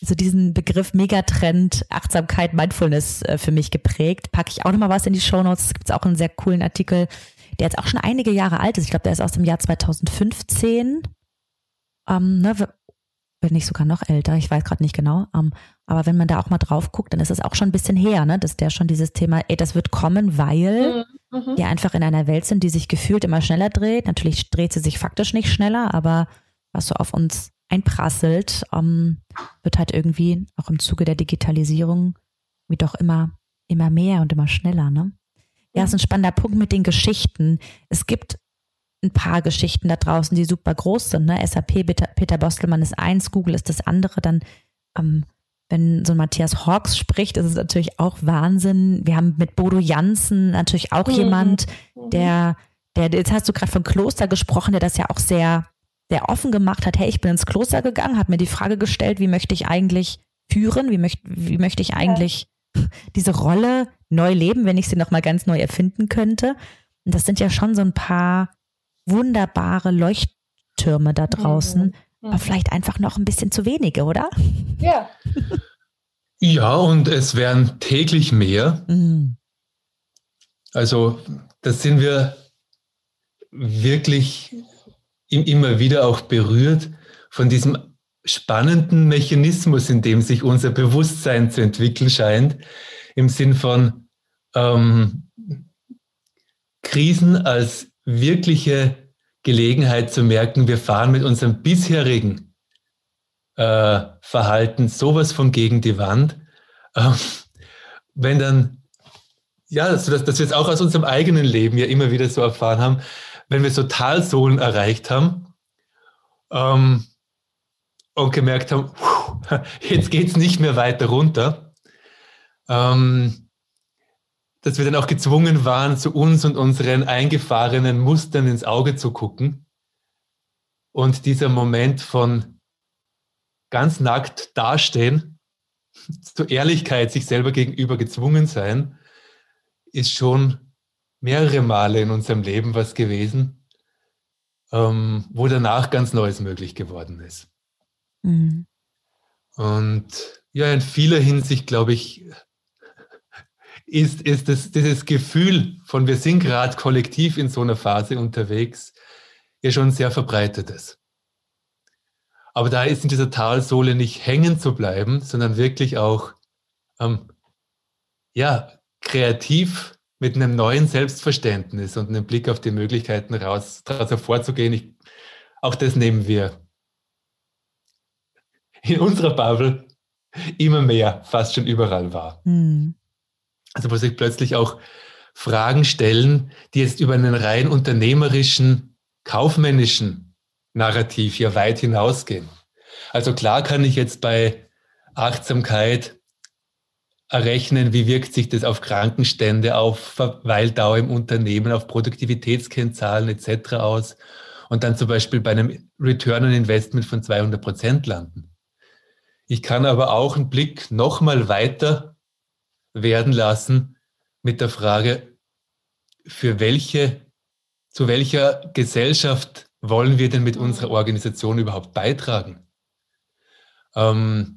A: so diesen Begriff Megatrend, Achtsamkeit, Mindfulness äh, für mich geprägt. Packe ich auch nochmal was in die Shownotes. Es gibt auch einen sehr coolen Artikel, der jetzt auch schon einige Jahre alt ist. Ich glaube, der ist aus dem Jahr zweitausendfünfzehn. Ähm, ne, wenn nicht sogar noch älter, ich weiß gerade nicht genau. Ähm, aber wenn man da auch mal drauf guckt, dann ist es auch schon ein bisschen her, ne, dass der schon dieses Thema, ey, das wird kommen, weil mhm. wir einfach in einer Welt sind, die sich gefühlt immer schneller dreht. Natürlich dreht sie sich faktisch nicht schneller, aber was so auf uns einprasselt, ähm, wird halt irgendwie auch im Zuge der Digitalisierung wie doch immer, immer mehr und immer schneller, ne? Ja, ist ein spannender Punkt mit den Geschichten. Es gibt ein paar Geschichten da draußen, die super groß sind, ne? S A P, Peter, Peter Bostelmann ist eins, Google ist das andere. Dann, ähm, wenn so ein Matthias Hawkes spricht, ist es natürlich auch Wahnsinn. Wir haben mit Bodo Jansen natürlich auch mhm. jemand, der, der, jetzt hast du gerade von Kloster gesprochen, der das ja auch sehr der offen gemacht hat, hey, ich bin ins Kloster gegangen, habe mir die Frage gestellt, wie möchte ich eigentlich führen, wie möchte, wie möchte ich eigentlich ja. diese Rolle neu leben, wenn ich sie nochmal ganz neu erfinden könnte. Und das sind ja schon so ein paar wunderbare Leuchttürme da draußen, mhm. Mhm. aber vielleicht einfach noch ein bisschen zu wenige, oder?
D: Ja.
E: Ja, und es werden täglich mehr. Mhm. Also das sind wir wirklich immer wieder auch berührt von diesem spannenden Mechanismus, in dem sich unser Bewusstsein zu entwickeln scheint, im Sinn von ähm, Krisen als wirkliche Gelegenheit zu merken, wir fahren mit unserem bisherigen äh, Verhalten sowas von gegen die Wand. Ähm, wenn dann, ja, also dass, dass wir es auch aus unserem eigenen Leben ja immer wieder so erfahren haben, wenn wir so Talsohlen erreicht haben ähm, und gemerkt haben, pfuh, jetzt geht es nicht mehr weiter runter, ähm, dass wir dann auch gezwungen waren, zu uns und unseren eingefahrenen Mustern ins Auge zu gucken. Und dieser Moment von ganz nackt dastehen, zur Ehrlichkeit sich selber gegenüber gezwungen sein, ist schon mehrere Male in unserem Leben was gewesen, ähm, wo danach ganz Neues möglich geworden ist. Mhm. Und ja, in vieler Hinsicht, glaube ich, ist, ist das, dieses Gefühl von, wir sind gerade kollektiv in so einer Phase unterwegs, ja schon sehr verbreitetes. Aber da ist in dieser Talsohle nicht hängen zu bleiben, sondern wirklich auch ähm, ja, kreativ mit einem neuen Selbstverständnis und einem Blick auf die Möglichkeiten raus, daraus hervorzugehen. Ich, auch das nehmen wir in unserer Bubble immer mehr, fast schon überall wahr. Mhm. Also wo sich plötzlich auch Fragen stellen, die jetzt über einen rein unternehmerischen, kaufmännischen Narrativ ja weit hinausgehen. Also klar kann ich jetzt bei Achtsamkeit errechnen, wie wirkt sich das auf Krankenstände, auf Verweildauer im Unternehmen, auf Produktivitätskennzahlen et cetera aus und dann zum Beispiel bei einem Return on Investment von zweihundert Prozent landen. Ich kann aber auch einen Blick nochmal weiter werden lassen mit der Frage, für welche, zu welcher Gesellschaft wollen wir denn mit unserer Organisation überhaupt beitragen? Ähm,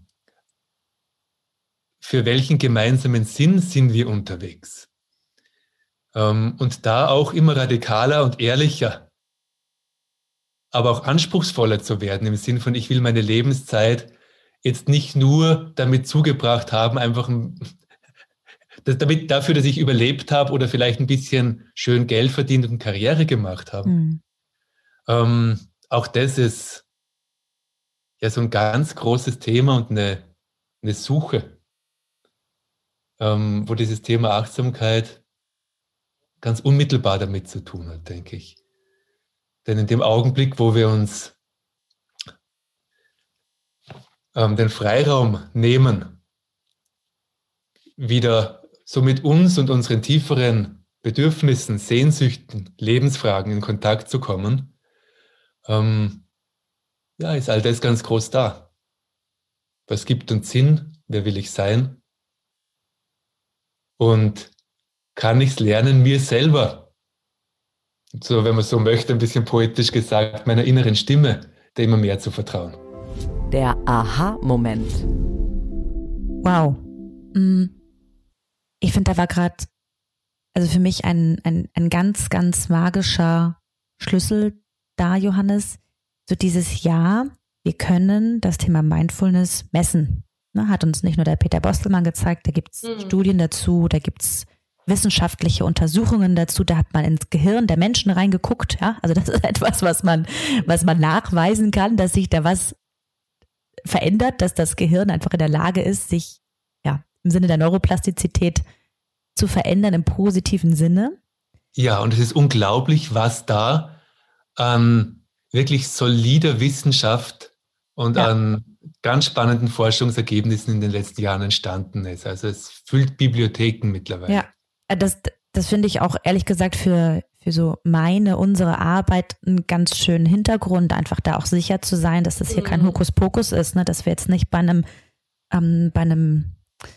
E: für welchen gemeinsamen Sinn sind wir unterwegs? Ähm, und da auch immer radikaler und ehrlicher, aber auch anspruchsvoller zu werden, im Sinn von, ich will meine Lebenszeit jetzt nicht nur damit zugebracht haben, einfach ein, das, damit, dafür, dass ich überlebt habe oder vielleicht ein bisschen schön Geld verdient und Karriere gemacht habe. Mhm. Ähm, auch das ist ja so ein ganz großes Thema und eine, eine Suche, Ähm, wo dieses Thema Achtsamkeit ganz unmittelbar damit zu tun hat, denke ich. Denn in dem Augenblick, wo wir uns ähm, den Freiraum nehmen, wieder so mit uns und unseren tieferen Bedürfnissen, Sehnsüchten, Lebensfragen in Kontakt zu kommen, ähm, ja, ist all das ganz groß da. Was gibt uns Sinn? Wer will ich sein? Und kann ich es lernen, mir selber, so wenn man so möchte, ein bisschen poetisch gesagt, meiner inneren Stimme, der immer mehr zu vertrauen.
C: Der Aha-Moment.
A: Wow. Ich finde, da war gerade, also für mich ein, ein, ein ganz, ganz magischer Schlüssel da, Johannes. So dieses Ja, wir können das Thema Mindfulness messen. Ne, hat uns nicht nur der Peter Bostelmann gezeigt, da gibt es mhm. Studien dazu, da gibt es wissenschaftliche Untersuchungen dazu, da hat man ins Gehirn der Menschen reingeguckt. Ja? Also das ist etwas, was man, was man nachweisen kann, dass sich da was verändert, dass das Gehirn einfach in der Lage ist, sich ja im Sinne der Neuroplastizität zu verändern, im positiven Sinne.
E: Ja, und es ist unglaublich, was da an wirklich solider Wissenschaft und ja. an ganz spannenden Forschungsergebnissen in den letzten Jahren entstanden ist. Also es füllt Bibliotheken mittlerweile.
A: Ja, das, das finde ich auch ehrlich gesagt für, für so meine, unsere Arbeit einen ganz schönen Hintergrund, einfach da auch sicher zu sein, dass das hier mhm. kein Hokuspokus ist, ne? Dass wir jetzt nicht bei einem, ähm, bei einem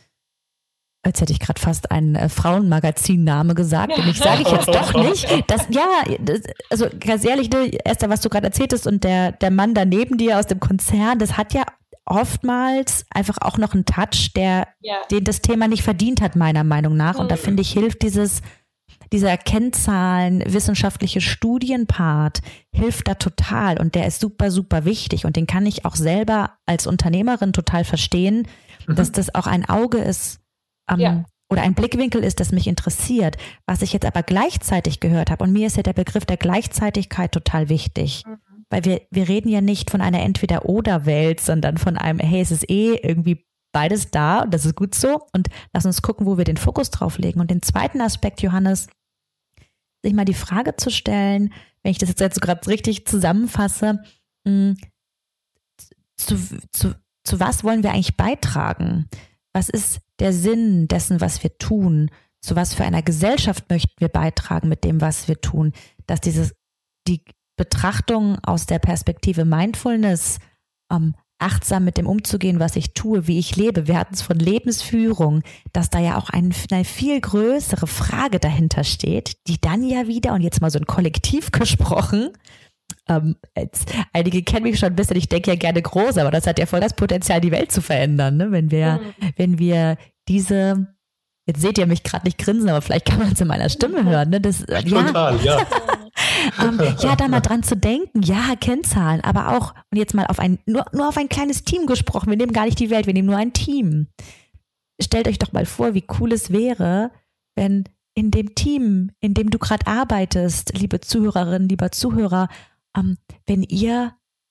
A: Jetzt hätte ich gerade fast einen äh, Frauenmagazin-Name gesagt, den ich sage ich jetzt doch nicht. Das, ja, das, also ganz ehrlich, ne, Esther, was du gerade erzähltest und der, der Mann daneben dir aus dem Konzern, das hat ja oftmals einfach auch noch einen Touch, der ja. den das Thema nicht verdient hat, meiner Meinung nach. Und da finde ich, hilft dieses, dieser Kennzahlen, wissenschaftliche Studienpart, hilft da total. Und der ist super, super wichtig. Und den kann ich auch selber als Unternehmerin total verstehen, mhm. dass das auch ein Auge ist, Um, ja. oder ein Blickwinkel ist, das mich interessiert. Was ich jetzt aber gleichzeitig gehört habe, und mir ist ja der Begriff der Gleichzeitigkeit total wichtig, mhm. weil wir, wir reden ja nicht von einer Entweder-Oder-Welt, sondern von einem, hey, es ist eh irgendwie beides da und das ist gut so und lass uns gucken, wo wir den Fokus drauf legen. Und den zweiten Aspekt, Johannes, sich mal die Frage zu stellen, wenn ich das jetzt, jetzt gerade richtig zusammenfasse, mh, zu, zu, zu was wollen wir eigentlich beitragen? Was ist der Sinn dessen, was wir tun? Zu was für einer Gesellschaft möchten wir beitragen mit dem, was wir tun? Dass dieses, die Betrachtung aus der Perspektive Mindfulness, ähm, achtsam mit dem umzugehen, was ich tue, wie ich lebe. Wir hatten es von Lebensführung, dass da ja auch ein, eine viel größere Frage dahinter steht, die dann ja wieder, und jetzt mal so ein Kollektiv gesprochen, Ähm, jetzt, einige kennen mich schon ein bisschen, ich denke ja gerne groß, aber das hat ja voll das Potenzial, die Welt zu verändern, ne? Wenn wir, mhm. wenn wir diese, jetzt seht ihr mich gerade nicht grinsen, aber vielleicht kann man es in meiner Stimme hören, ne? Das,
E: Total, ja.
A: Ja. ähm, ja, da mal dran zu denken, ja, Kennzahlen, aber auch, und jetzt mal auf ein, nur, nur auf ein kleines Team gesprochen, wir nehmen gar nicht die Welt, wir nehmen nur ein Team. Stellt euch doch mal vor, wie cool es wäre, wenn in dem Team, in dem du gerade arbeitest, liebe Zuhörerinnen, lieber Zuhörer, Um, wenn ihr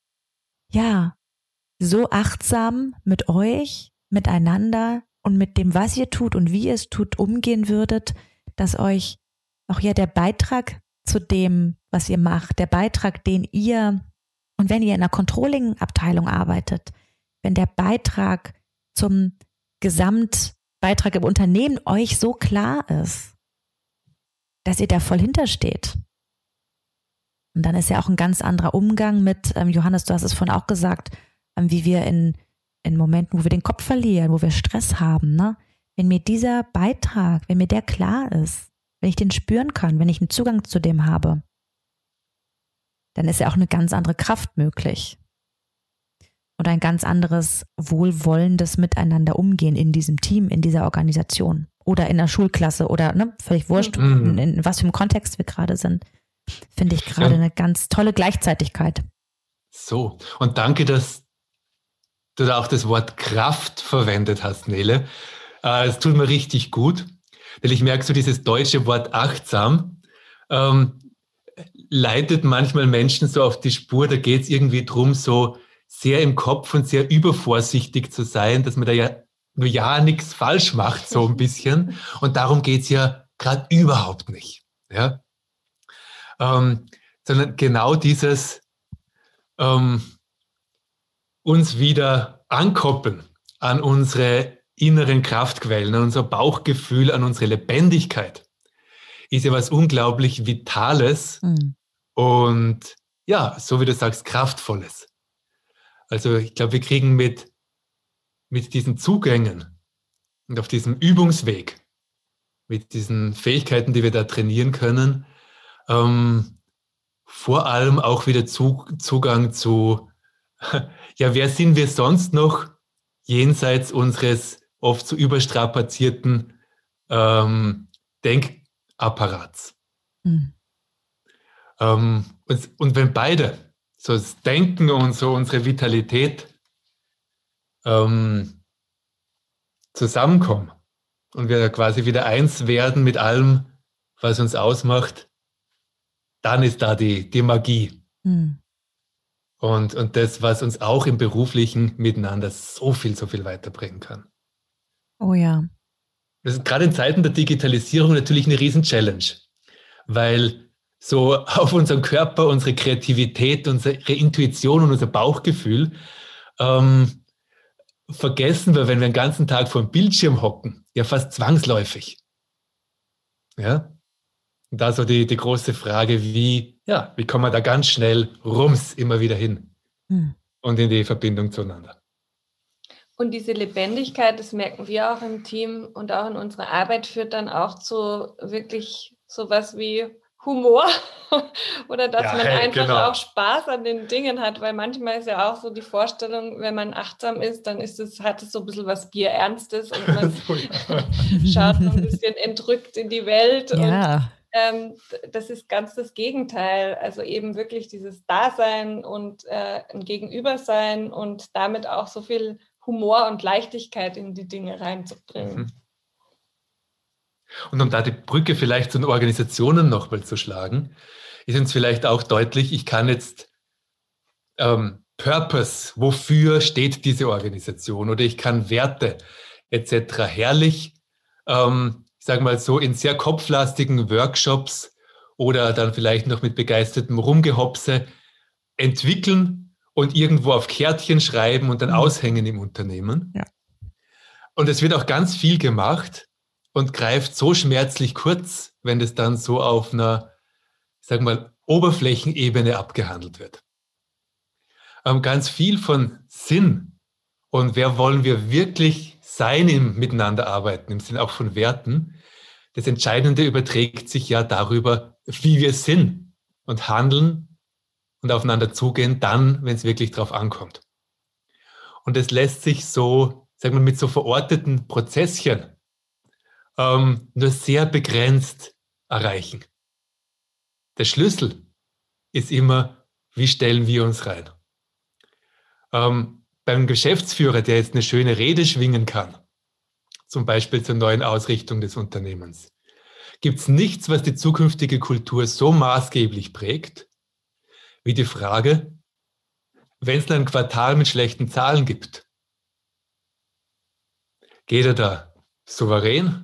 A: ja so achtsam mit euch, miteinander und mit dem, was ihr tut und wie ihr es tut, umgehen würdet, dass euch auch ja der Beitrag zu dem, was ihr macht, der Beitrag, den ihr, und wenn ihr in einer Controlling-Abteilung arbeitet, wenn der Beitrag zum Gesamtbeitrag im Unternehmen euch so klar ist, dass ihr da voll hintersteht. Und dann ist ja auch ein ganz anderer Umgang mit, ähm, Johannes, du hast es vorhin auch gesagt, ähm, wie wir in, in Momenten, wo wir den Kopf verlieren, wo wir Stress haben, ne? Wenn mir dieser Beitrag, wenn mir der klar ist, wenn ich den spüren kann, wenn ich einen Zugang zu dem habe, dann ist ja auch eine ganz andere Kraft möglich. Und ein ganz anderes wohlwollendes Miteinander umgehen in diesem Team, in dieser Organisation oder in der Schulklasse oder ne, völlig wurscht, mhm. in, in was für einem Kontext wir gerade sind. Finde ich gerade ja. eine ganz tolle Gleichzeitigkeit.
E: So, und danke, dass du da auch das Wort Kraft verwendet hast, Nele. Es tut mir richtig gut, weil ich merke so dieses deutsche Wort achtsam ähm, leitet manchmal Menschen so auf die Spur, da geht es irgendwie drum, so sehr im Kopf und sehr übervorsichtig zu sein, dass man da ja nur ja nichts falsch macht, so ein bisschen. Und darum geht es ja gerade überhaupt nicht. Ja? Ähm, sondern genau dieses ähm, uns wieder ankoppeln an unsere inneren Kraftquellen, an unser Bauchgefühl, an unsere Lebendigkeit, ist ja was unglaublich Vitales mhm. und ja, so wie du sagst, Kraftvolles. Also ich glaube, wir kriegen mit, mit diesen Zugängen und auf diesem Übungsweg, mit diesen Fähigkeiten, die wir da trainieren können, Ähm, vor allem auch wieder zu, Zugang zu, ja, wer sind wir sonst noch jenseits unseres oft so überstrapazierten ähm, Denkapparats. Mhm. Ähm, und, und wenn beide, so das Denken und so unsere Vitalität ähm, zusammenkommen und wir quasi wieder eins werden mit allem, was uns ausmacht, dann ist da die, die Magie. Mhm. Und, und das, was uns auch im Beruflichen miteinander so viel, so viel weiterbringen kann.
A: Oh ja.
E: Das ist gerade in Zeiten der Digitalisierung natürlich eine Riesen-Challenge, weil so auf unseren Körper, unsere Kreativität, unsere Intuition und unser Bauchgefühl ähm, vergessen wir, wenn wir den ganzen Tag vor dem Bildschirm hocken, ja fast zwangsläufig. Ja? Und da so die, die große Frage, wie, ja, wie kommen wir da ganz schnell rums immer wieder hin hm. und in die Verbindung zueinander.
D: Und diese Lebendigkeit, das merken wir auch im Team und auch in unserer Arbeit, führt dann auch zu wirklich sowas wie Humor oder dass ja, man hey, einfach genau. auch Spaß an den Dingen hat, weil manchmal ist ja auch so die Vorstellung, wenn man achtsam ist, dann ist es, hat es so ein bisschen was Bierernstes und man schaut so ein bisschen entrückt in die Welt. Ja. Und ähm, das ist ganz das Gegenteil. Also eben wirklich dieses Dasein und äh, ein Gegenübersein und damit auch so viel Humor und Leichtigkeit in die Dinge reinzubringen. Mhm.
E: Und um da die Brücke vielleicht zu den Organisationen nochmal zu schlagen, ist uns vielleicht auch deutlich, ich kann jetzt ähm, Purpose, wofür steht diese Organisation, oder ich kann Werte et cetera herrlich, ähm, ich sage mal so, in sehr kopflastigen Workshops oder dann vielleicht noch mit begeistertem Rumgehopse entwickeln und irgendwo auf Kärtchen schreiben und dann mhm. aushängen im Unternehmen. Ja. Und es wird auch ganz viel gemacht und greift so schmerzlich kurz, wenn das dann so auf einer, ich sag mal, Oberflächenebene abgehandelt wird. Ähm, ganz viel von Sinn und wer wollen wir wirklich sein im Miteinanderarbeiten, im Sinne auch von Werten, das Entscheidende überträgt sich ja darüber, wie wir sind und handeln und aufeinander zugehen, dann, wenn es wirklich drauf ankommt. Und das lässt sich so, sagen wir, mit so verorteten Prozesschen ähm, nur sehr begrenzt erreichen. Der Schlüssel ist immer, wie stellen wir uns rein? Ähm, beim Geschäftsführer, der jetzt eine schöne Rede schwingen kann, zum Beispiel zur neuen Ausrichtung des Unternehmens, gibt es nichts, was die zukünftige Kultur so maßgeblich prägt, wie die Frage, wenn es ein Quartal mit schlechten Zahlen gibt, geht er da souverän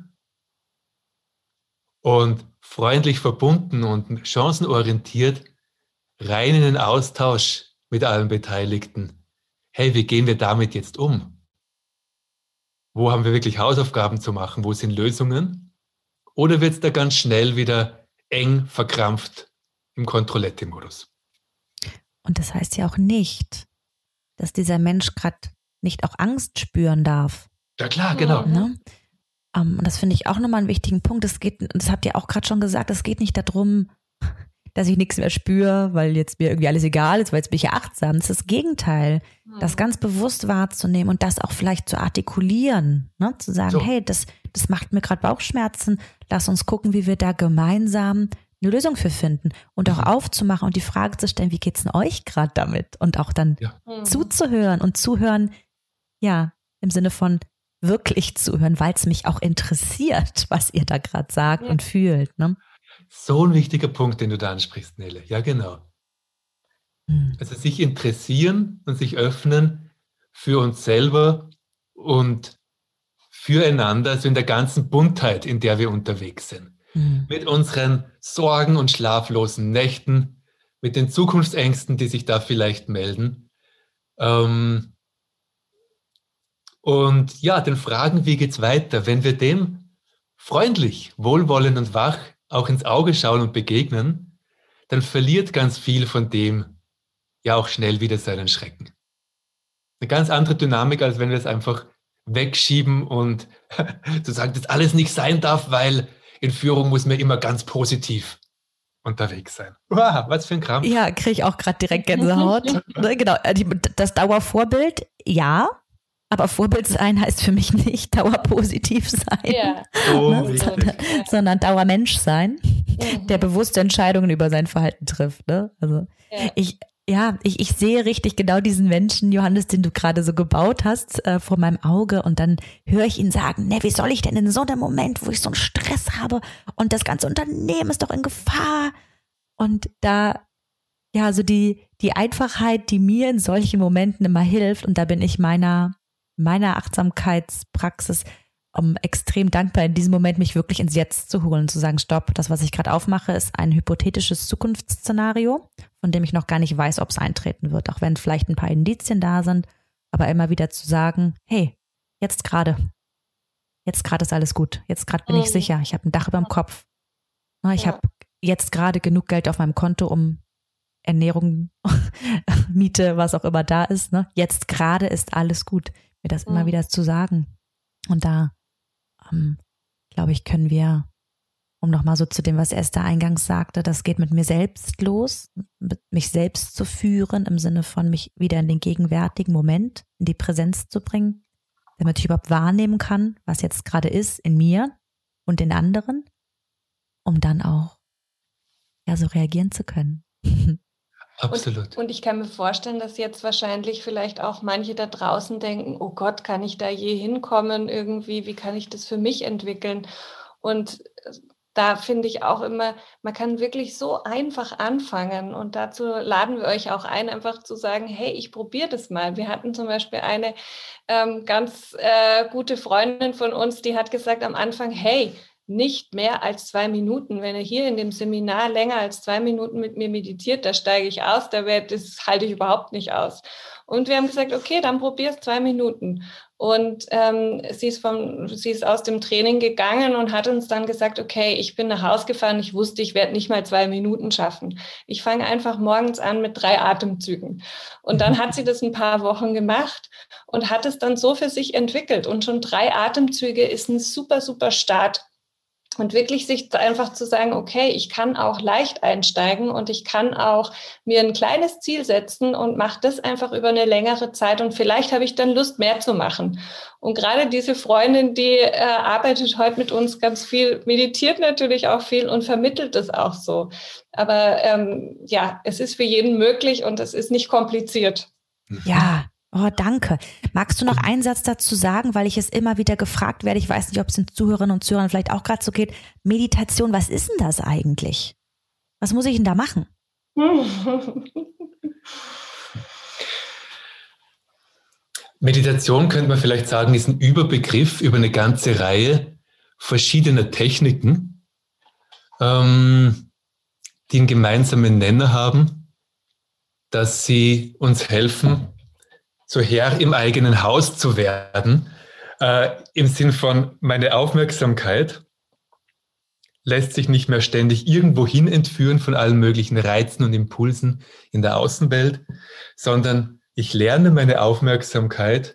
E: und freundlich verbunden und chancenorientiert rein in den Austausch mit allen Beteiligten. Hey, wie gehen wir damit jetzt um? Wo haben wir wirklich Hausaufgaben zu machen? Wo sind Lösungen? Oder wird es da ganz schnell wieder eng verkrampft im Kontrolletti-Modus?
A: Und das heißt ja auch nicht, dass dieser Mensch gerade nicht auch Angst spüren darf.
E: Ja klar, genau.
A: Ne? Um, und das finde ich auch nochmal einen wichtigen Punkt. Es geht, das habt ihr auch gerade schon gesagt, es geht nicht darum, dass ich nichts mehr spüre, weil jetzt mir irgendwie alles egal ist, weil jetzt bin ich ja achtsam. Das ist das Gegenteil, mhm. das ganz bewusst wahrzunehmen und das auch vielleicht zu artikulieren, ne? Zu sagen, so. hey, das, das macht mir gerade Bauchschmerzen, lass uns gucken, wie wir da gemeinsam eine Lösung für finden und auch mhm. aufzumachen und die Frage zu stellen, wie geht's denn euch gerade damit? Und auch dann ja. mhm. zuzuhören und zuhören, ja, im Sinne von wirklich zuhören, weil es mich auch interessiert, was ihr da gerade sagt ja. und fühlt. Ne?
E: So ein wichtiger Punkt, den du da ansprichst, Nele. Ja, genau. Hm. Also sich interessieren und sich öffnen für uns selber und füreinander, also in der ganzen Buntheit, in der wir unterwegs sind. Hm. Mit unseren Sorgen und schlaflosen Nächten, mit den Zukunftsängsten, die sich da vielleicht melden. Ähm, Und ja, den Fragen, wie geht's weiter? Wenn wir dem freundlich, wohlwollend und wach auch ins Auge schauen und begegnen, dann verliert ganz viel von dem ja auch schnell wieder seinen Schrecken. Eine ganz andere Dynamik, als wenn wir es einfach wegschieben und zu sagen, dass alles nicht sein darf, weil in Führung muss man immer ganz positiv unterwegs sein. Wow, was für ein Krampf.
A: Ja, kriege ich auch gerade direkt Gänsehaut. Genau, das Dauervorbild, ja. Aber Vorbild sein heißt für mich nicht dauerpositiv sein,
D: Ja.
E: So
A: ne?
E: wichtig.
A: sondern,
D: Ja.
A: sondern Dauermensch sein,
D: Mhm.
A: der bewusste Entscheidungen über sein Verhalten trifft. Ne? Also
D: Ja.
A: ich, ja, ich, ich sehe richtig genau diesen Menschen, Johannes, den du gerade so gebaut hast, äh, vor meinem Auge, und dann höre ich ihn sagen, ne, wie soll ich denn in so einem Moment, wo ich so einen Stress habe und das ganze Unternehmen ist doch in Gefahr, und da, ja, so die, die Einfachheit, die mir in solchen Momenten immer hilft, und da bin ich meiner, meiner Achtsamkeitspraxis um extrem dankbar, in diesem Moment mich wirklich ins Jetzt zu holen, zu sagen, stopp, das, was ich gerade aufmache, ist ein hypothetisches Zukunftsszenario, von dem ich noch gar nicht weiß, ob es eintreten wird, auch wenn vielleicht ein paar Indizien da sind, aber immer wieder zu sagen, hey, jetzt gerade, jetzt gerade ist alles gut, jetzt gerade bin
D: Mhm.
A: ich sicher, ich habe ein Dach über dem Kopf, Na, ich
D: Ja.
A: habe jetzt gerade genug Geld auf meinem Konto, um Ernährung, Miete, was auch immer da ist, ne? Jetzt gerade ist alles gut, mir das immer
D: Mhm.
A: wieder zu sagen. Und da, ähm, glaube ich, können wir, um nochmal so zu dem, was Esther eingangs sagte, das geht mit mir selbst los, mit mich selbst zu führen, im Sinne von mich wieder in den gegenwärtigen Moment, in die Präsenz zu bringen, damit ich überhaupt wahrnehmen kann, was jetzt gerade ist in mir und in anderen, um dann auch ja so reagieren zu können.
E: Absolut.
D: Und, und ich kann mir vorstellen, dass jetzt wahrscheinlich vielleicht auch manche da draußen denken, oh Gott, kann ich da je hinkommen irgendwie? Wie kann ich das für mich entwickeln? Und da finde ich auch immer, man kann wirklich so einfach anfangen, und dazu laden wir euch auch ein, einfach zu sagen, hey, ich probiere das mal. Wir hatten zum Beispiel eine ähm, ganz äh, gute Freundin von uns, die hat gesagt am Anfang, hey, nicht mehr als zwei Minuten. Wenn ihr hier in dem Seminar länger als zwei Minuten mit mir meditiert, da steige ich aus, da wär, das halte ich überhaupt nicht aus. Und wir haben gesagt, okay, dann probier's zwei Minuten. Und ähm, sie ist vom, sie ist aus dem Training gegangen und hat uns dann gesagt, okay, ich bin nach Hause gefahren, ich wusste, ich werde nicht mal zwei Minuten schaffen. Ich fange einfach morgens an mit drei Atemzügen. Und dann hat sie das ein paar Wochen gemacht und hat es dann so für sich entwickelt. Und schon drei Atemzüge ist ein super, super Start. Und wirklich sich einfach zu sagen, okay, ich kann auch leicht einsteigen und ich kann auch mir ein kleines Ziel setzen und mache das einfach über eine längere Zeit, und vielleicht habe ich dann Lust, mehr zu machen. Und gerade diese Freundin, die äh, arbeitet heute mit uns ganz viel, meditiert natürlich auch viel und vermittelt es auch so. Aber ähm, ja, es ist für jeden möglich und es ist nicht kompliziert.
A: Ja, oh, danke. Magst du noch einen Satz dazu sagen, weil ich es immer wieder gefragt werde, ich weiß nicht, ob es den Zuhörerinnen und Zuhörern vielleicht auch gerade so geht, Meditation, was ist denn das eigentlich? Was muss ich denn da machen?
E: Meditation, könnte man vielleicht sagen, ist ein Überbegriff über eine ganze Reihe verschiedener Techniken, ähm, die einen gemeinsamen Nenner haben, dass sie uns helfen, so Herr im eigenen Haus zu werden, äh, im Sinn von, meine Aufmerksamkeit lässt sich nicht mehr ständig irgendwo hin entführen von allen möglichen Reizen und Impulsen in der Außenwelt, sondern ich lerne meine Aufmerksamkeit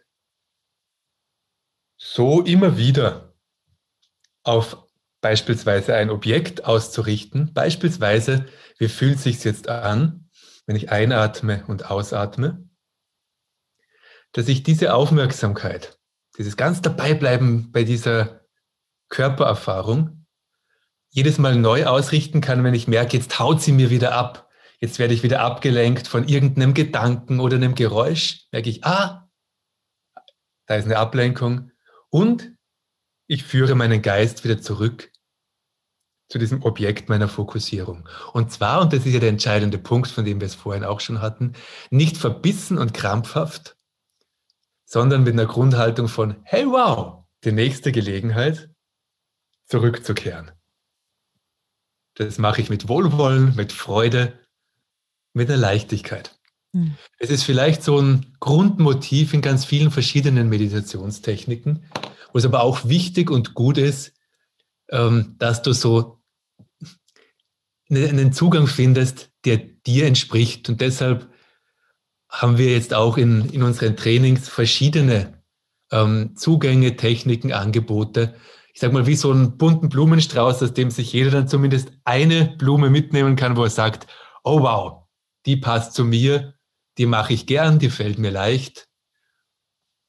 E: so immer wieder auf beispielsweise ein Objekt auszurichten. Beispielsweise, wie fühlt es sich jetzt an, wenn ich einatme und ausatme? Dass ich diese Aufmerksamkeit, dieses ganz Dabeibleiben bei dieser Körpererfahrung jedes Mal neu ausrichten kann, wenn ich merke, jetzt haut sie mir wieder ab. Jetzt werde ich wieder abgelenkt von irgendeinem Gedanken oder einem Geräusch. Merke ich, ah, da ist eine Ablenkung. Und ich führe meinen Geist wieder zurück zu diesem Objekt meiner Fokussierung. Und zwar, und das ist ja der entscheidende Punkt, von dem wir es vorhin auch schon hatten, nicht verbissen und krampfhaft, sondern mit einer Grundhaltung von, hey, wow, die nächste Gelegenheit, zurückzukehren. Das mache ich mit Wohlwollen, mit Freude, mit einer Leichtigkeit. Hm. Es ist vielleicht so ein Grundmotiv in ganz vielen verschiedenen Meditationstechniken, wo es aber auch wichtig und gut ist, dass du so einen Zugang findest, der dir entspricht. Und deshalb haben wir jetzt auch in, in unseren Trainings verschiedene ähm, Zugänge, Techniken, Angebote. Ich sage mal, wie so einen bunten Blumenstrauß, aus dem sich jeder dann zumindest eine Blume mitnehmen kann, wo er sagt, oh wow, die passt zu mir, die mache ich gern, die fällt mir leicht.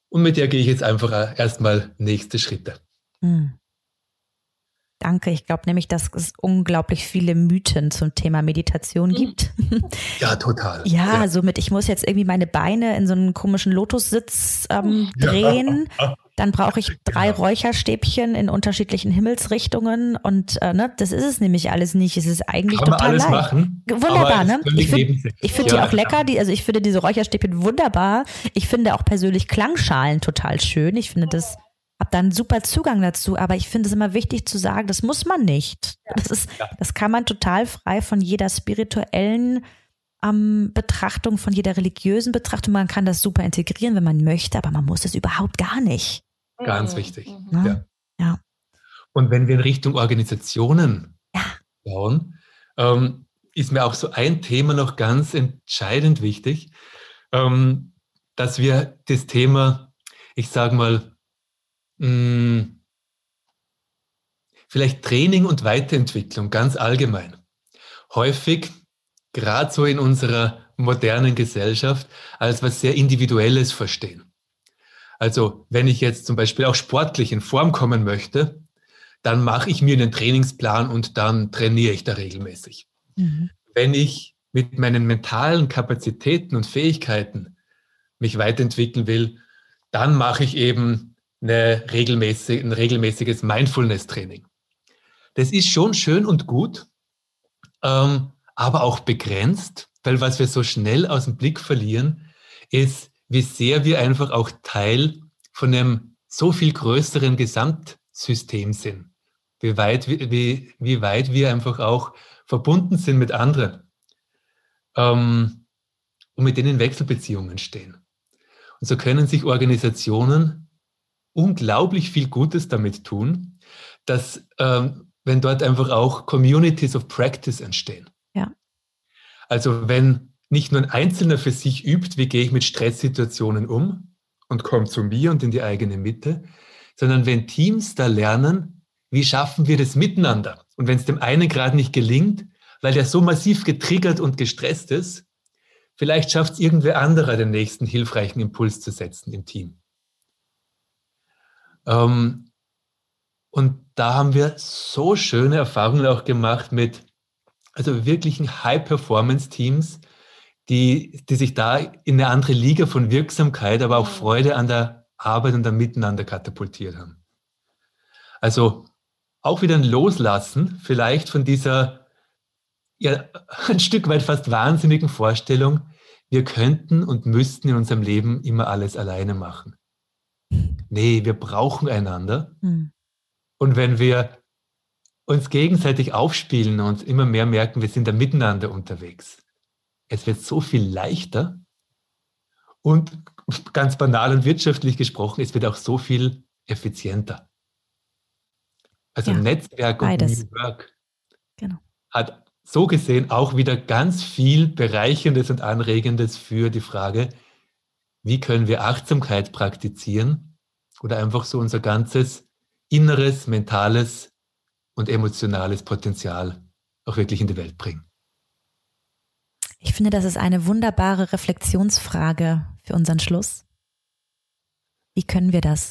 E: Und mit der gehe ich jetzt einfach erstmal nächste Schritte.
A: Hm. Danke. Ich glaube nämlich, dass es unglaublich viele Mythen zum Thema Meditation gibt.
E: Ja, total.
A: Ja,
E: ja.
A: somit, ich muss jetzt irgendwie meine Beine in so einen komischen Lotussitz ähm, drehen. Ja. Dann brauche ich drei genau. Räucherstäbchen in unterschiedlichen Himmelsrichtungen. Und äh, ne, das ist es nämlich alles nicht. Es ist eigentlich
E: Kann
A: total
E: man alles
A: leicht.
E: machen.
A: Wunderbar, ne? Ich finde find
E: ja.
A: die auch lecker. Die, also ich finde diese Räucherstäbchen wunderbar. Ich finde auch persönlich Klangschalen total schön. Ich finde das... Hab da einen super Zugang dazu, aber ich finde es immer wichtig zu sagen, das muss man nicht. Das ist, das kann man total frei von jeder spirituellen ähm, Betrachtung, von jeder religiösen Betrachtung. Man kann das super integrieren, wenn man möchte, aber man muss es überhaupt gar nicht.
E: Ganz wichtig.
A: Ja.
E: Ja.
A: Ja.
E: Und wenn wir in Richtung Organisationen
A: ja.
E: schauen, ähm, ist mir auch so ein Thema noch ganz entscheidend wichtig, ähm, dass wir das Thema, ich sage mal, vielleicht Training und Weiterentwicklung ganz allgemein. Häufig, gerade so in unserer modernen Gesellschaft, als was sehr Individuelles verstehen. Also wenn ich jetzt zum Beispiel auch sportlich in Form kommen möchte, dann mache ich mir einen Trainingsplan und dann trainiere ich da regelmäßig. Mhm. Wenn ich mit meinen mentalen Kapazitäten und Fähigkeiten mich weiterentwickeln will, dann mache ich eben Eine regelmäßig, ein regelmäßiges Mindfulness-Training. Das ist schon schön und gut, ähm, aber auch begrenzt, weil was wir so schnell aus dem Blick verlieren, ist, wie sehr wir einfach auch Teil von einem so viel größeren Gesamtsystem sind. Wie weit, wie, wie weit wir einfach auch verbunden sind mit anderen ähm, und mit denen in Wechselbeziehungen stehen. Und so können sich Organisationen unglaublich viel Gutes damit tun, dass ähm, wenn dort einfach auch Communities of Practice entstehen.
A: Ja.
E: Also wenn nicht nur ein Einzelner für sich übt, wie gehe ich mit Stresssituationen um und komme zu mir und in die eigene Mitte, sondern wenn Teams da lernen, wie schaffen wir das miteinander? Und wenn es dem einen gerade nicht gelingt, weil der so massiv getriggert und gestresst ist, vielleicht schafft es irgendwer anderer, den nächsten hilfreichen Impuls zu setzen im Team. Ähm, und da haben wir so schöne Erfahrungen auch gemacht mit also wirklichen High-Performance-Teams, die, die sich da in eine andere Liga von Wirksamkeit, aber auch Freude an der Arbeit und am Miteinander katapultiert haben. Also auch wieder ein Loslassen vielleicht von dieser ja, ein Stück weit fast wahnsinnigen Vorstellung, wir könnten und müssten in unserem Leben immer alles alleine machen. Nee, wir brauchen einander. Hm. Und wenn wir uns gegenseitig aufspielen und immer mehr merken, wir sind da miteinander unterwegs, es wird so viel leichter und ganz banal und wirtschaftlich gesprochen, es wird auch so viel effizienter. Also ja, Netzwerk
A: beides.
E: Und New Work
A: genau.
E: hat so gesehen auch wieder ganz viel Bereicherndes und Anregendes für die Frage, wie können wir Achtsamkeit praktizieren oder einfach so unser ganzes inneres, mentales und emotionales Potenzial auch wirklich in die Welt bringen.
A: Ich finde, das ist eine wunderbare Reflexionsfrage für unseren Schluss. Wie können wir das?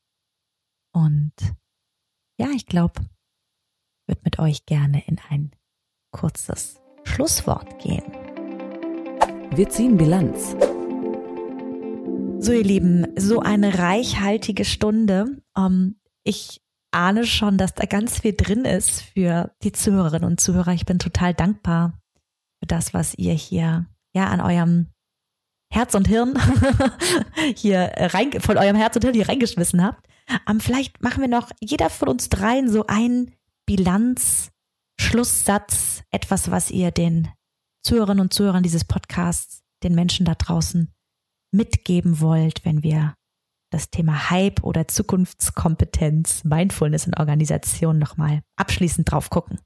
A: Und ja, ich glaube, ich würde mit euch gerne in ein kurzes Schlusswort gehen.
C: Wir ziehen Bilanz.
A: So, ihr Lieben, so eine reichhaltige Stunde. Ähm, ich ahne schon, dass da ganz viel drin ist für die Zuhörerinnen und Zuhörer. Ich bin total dankbar für das, was ihr hier ja an eurem Herz und Hirn hier rein, von eurem Herz und Hirn hier reingeschmissen habt. Ähm, vielleicht machen wir noch jeder von uns dreien so einen Bilanz-Schlusssatz, etwas, was ihr den Zuhörerinnen und Zuhörern dieses Podcasts, den Menschen da draußen mitgeben wollt, wenn wir das Thema Hype oder Zukunftskompetenz, Mindfulness in Organisationen nochmal abschließend drauf gucken.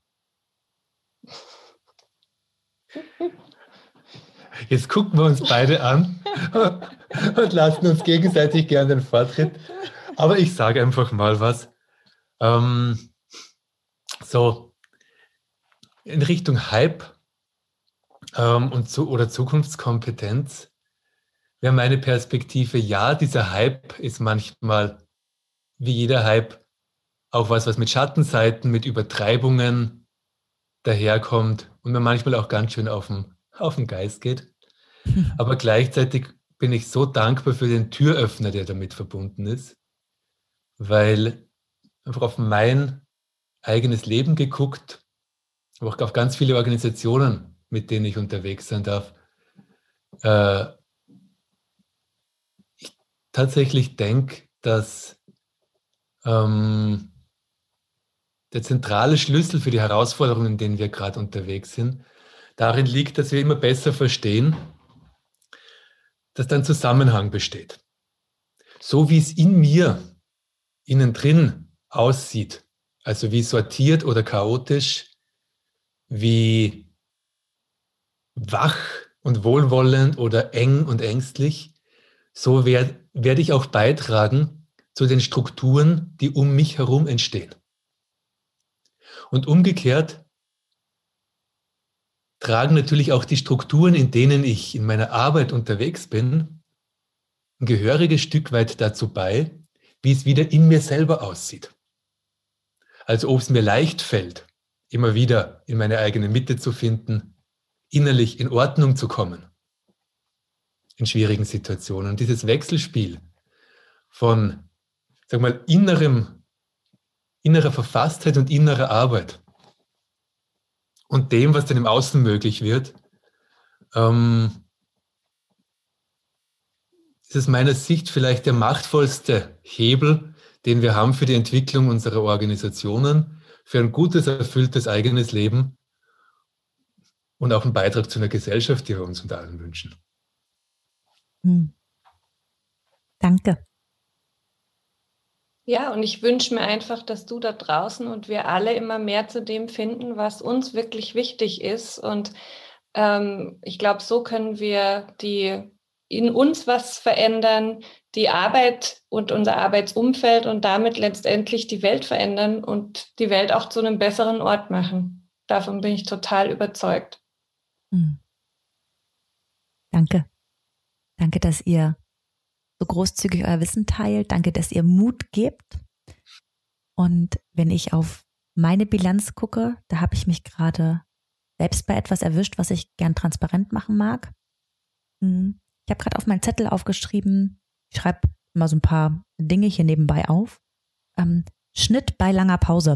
E: Jetzt gucken wir uns beide an und lassen uns gegenseitig gerne den Vortritt. Aber ich sage einfach mal was. Ähm, so in Richtung Hype ähm, und zu, oder Zukunftskompetenz wäre meine Perspektive, ja, dieser Hype ist manchmal, wie jeder Hype, auch was, was mit Schattenseiten, mit Übertreibungen daherkommt und mir manchmal auch ganz schön auf den, auf den Geist geht. Hm. Aber gleichzeitig bin ich so dankbar für den Türöffner, der damit verbunden ist, weil einfach auf mein eigenes Leben geguckt, aber auch auf ganz viele Organisationen, mit denen ich unterwegs sein darf, äh, ich tatsächlich denke, dass ähm, der zentrale Schlüssel für die Herausforderungen, in denen wir gerade unterwegs sind, darin liegt, dass wir immer besser verstehen, dass da ein Zusammenhang besteht. So wie es in mir, innen drin aussieht, also wie sortiert oder chaotisch, wie wach und wohlwollend oder eng und ängstlich, so werde werd ich auch beitragen zu den Strukturen, die um mich herum entstehen. Und umgekehrt tragen natürlich auch die Strukturen, in denen ich in meiner Arbeit unterwegs bin, ein gehöriges Stück weit dazu bei, wie es wieder in mir selber aussieht. Also ob es mir leicht fällt, immer wieder in meine eigene Mitte zu finden, innerlich in Ordnung zu kommen in schwierigen Situationen. Und dieses Wechselspiel von, sag mal, innerem, innerer Verfasstheit und innerer Arbeit und dem, was dann im Außen möglich wird, ähm, ist aus meiner Sicht vielleicht der machtvollste Hebel, den wir haben für die Entwicklung unserer Organisationen, für ein gutes, erfülltes eigenes Leben und auch einen Beitrag zu einer Gesellschaft, die wir uns unter allen wünschen.
A: Hm. Danke.
D: Ja, und ich wünsche mir einfach, dass du da draußen und wir alle immer mehr zu dem finden, was uns wirklich wichtig ist. Und ähm, ich glaube, so können wir die in uns was verändern, die Arbeit und unser Arbeitsumfeld und damit letztendlich die Welt verändern und die Welt auch zu einem besseren Ort machen. Davon bin ich total überzeugt.
A: Hm. Danke. Danke, dass ihr so großzügig euer Wissen teilt. Danke, dass ihr Mut gebt. Und wenn ich auf meine Bilanz gucke, da habe ich mich gerade selbst bei etwas erwischt, was ich gern transparent machen mag. Ich habe gerade auf meinen Zettel aufgeschrieben, ich schreibe immer so ein paar Dinge hier nebenbei auf. Ähm, Schnitt bei langer Pause.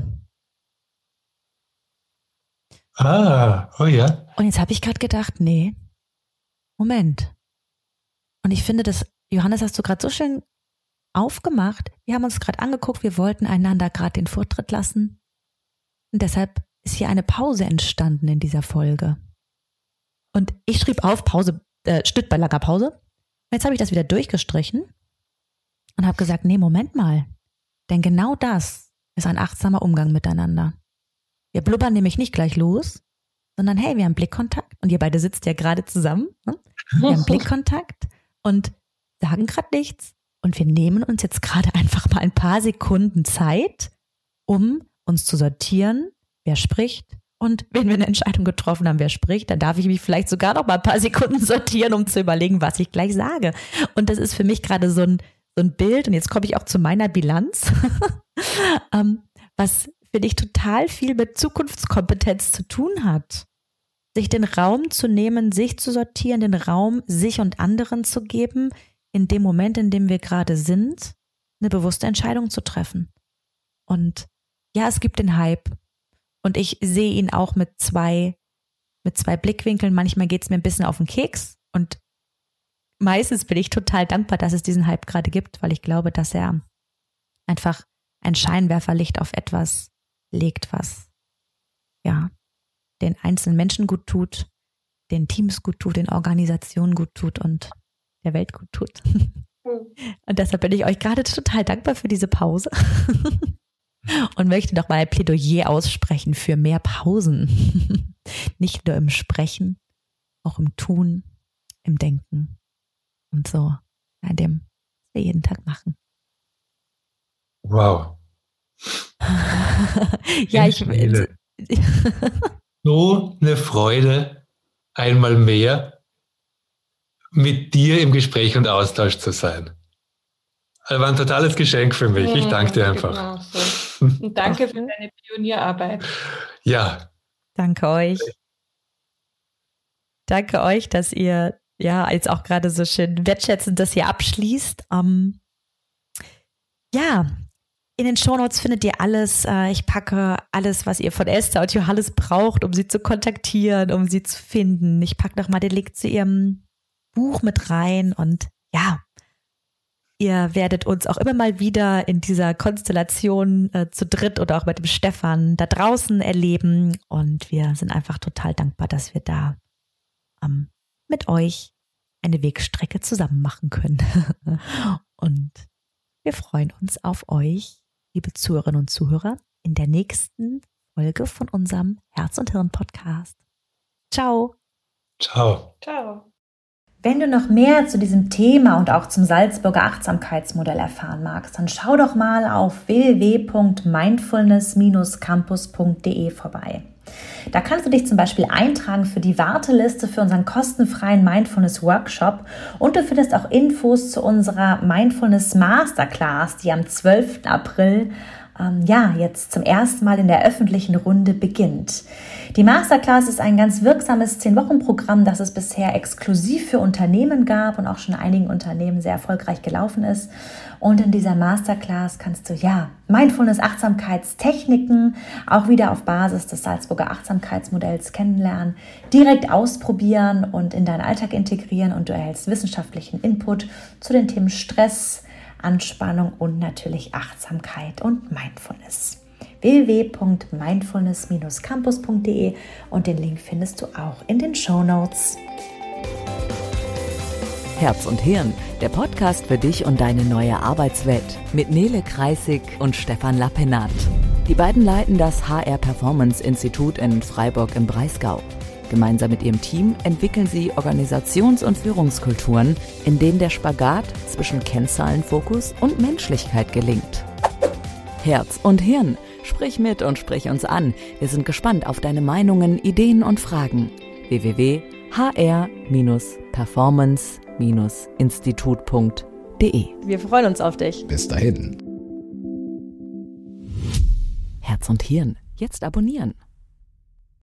E: Ah, oh ja.
A: Und jetzt habe ich gerade gedacht, nee, Moment. Und ich finde, das, Johannes, hast du gerade so schön aufgemacht. Wir haben uns gerade angeguckt, wir wollten einander gerade den Vortritt lassen. Und deshalb ist hier eine Pause entstanden in dieser Folge. Und ich schrieb auf, Pause, äh, Schnitt bei langer Pause. Und jetzt habe ich das wieder durchgestrichen und habe gesagt, nee, Moment mal. Denn genau das ist ein achtsamer Umgang miteinander. Wir blubbern nämlich nicht gleich los, sondern hey, wir haben Blickkontakt und ihr beide sitzt ja gerade zusammen. Ne? Wir haben Blickkontakt und sagen gerade nichts und wir nehmen uns jetzt gerade einfach mal ein paar Sekunden Zeit, um uns zu sortieren, wer spricht. Und wenn wir eine Entscheidung getroffen haben, wer spricht, dann darf ich mich vielleicht sogar noch mal ein paar Sekunden sortieren, um zu überlegen, was ich gleich sage. Und das ist für mich gerade so ein, so ein Bild, und jetzt komme ich auch zu meiner Bilanz, ähm, was, finde ich, total viel mit Zukunftskompetenz zu tun hat. Sich den Raum zu nehmen, sich zu sortieren, den Raum sich und anderen zu geben, in dem Moment, in dem wir gerade sind, eine bewusste Entscheidung zu treffen. Und ja, es gibt den Hype. Und ich sehe ihn auch mit zwei, mit zwei Blickwinkeln. Manchmal geht es mir ein bisschen auf den Keks. Und meistens bin ich total dankbar, dass es diesen Hype gerade gibt, weil ich glaube, dass er einfach ein Scheinwerferlicht auf etwas legt, was ja den einzelnen Menschen gut tut, den Teams gut tut, den Organisationen gut tut und der Welt gut tut. Und deshalb bin ich euch gerade total dankbar für diese Pause und möchte noch mal ein Plädoyer aussprechen für mehr Pausen. Nicht nur im Sprechen, auch im Tun, im Denken und so, in dem, was wir jeden Tag machen.
E: Wow.
A: Ja, ich will.
E: So eine Freude, einmal mehr mit dir im Gespräch und Austausch zu sein. Das war ein totales Geschenk für mich. Ich danke dir einfach.
D: Genau so. Und danke für deine Pionierarbeit.
E: Ja.
A: Danke euch. Danke euch, dass ihr ja jetzt auch gerade so schön wertschätzend das hier abschließt. Ähm, ja, in den Shownotes findet ihr alles. Äh, ich packe alles, was ihr von Esther und Johannes braucht, um sie zu kontaktieren, um sie zu finden. Ich packe nochmal den Link zu ihrem Buch mit rein und ja, ihr werdet uns auch immer mal wieder in dieser Konstellation äh, zu dritt oder auch mit dem Stefan da draußen erleben und wir sind einfach total dankbar, dass wir da ähm, mit euch eine Wegstrecke zusammen machen können. Und wir freuen uns auf euch, liebe Zuhörerinnen und Zuhörer, in der nächsten Folge von unserem Herz und Hirn Podcast. Ciao.
E: Ciao.
D: Ciao.
A: Wenn du noch mehr zu diesem Thema und auch zum Salzburger Achtsamkeitsmodell erfahren magst, dann schau doch mal auf w w w punkt mindfulness Bindestrich campus punkt d e vorbei. Da kannst du dich zum Beispiel eintragen für die Warteliste für unseren kostenfreien Mindfulness-Workshop und du findest auch Infos zu unserer Mindfulness-Masterclass, die am zwölften April ähm, ja, jetzt zum ersten Mal in der öffentlichen Runde beginnt. Die Masterclass ist ein ganz wirksames zehn-Wochen-Programm, das es bisher exklusiv für Unternehmen gab und auch schon einigen Unternehmen sehr erfolgreich gelaufen ist. Und in dieser Masterclass kannst du ja Mindfulness-Achtsamkeitstechniken auch wieder auf Basis des Salzburger Achtsamkeitsmodells kennenlernen, direkt ausprobieren und in deinen Alltag integrieren und du erhältst wissenschaftlichen Input zu den Themen Stress, Anspannung und natürlich Achtsamkeit und Mindfulness. w w w punkt mindfulness Bindestrich campus punkt d e und den Link findest du auch in den Shownotes.
C: Herz und Hirn, der Podcast für dich und deine neue Arbeitswelt mit Nele Kreissig und Stefan Lappenat. Die beiden leiten das H R Performance Institut in Freiburg im Breisgau. Gemeinsam mit ihrem Team entwickeln sie Organisations- und Führungskulturen, in denen der Spagat zwischen Kennzahlenfokus und Menschlichkeit gelingt. Herz und Hirn, sprich mit und sprich uns an. Wir sind gespannt auf deine Meinungen, Ideen und Fragen. w w w punkt h r performance institut punkt d e.
A: Wir freuen uns auf dich.
B: Bis dahin.
C: Herz und Hirn, jetzt abonnieren.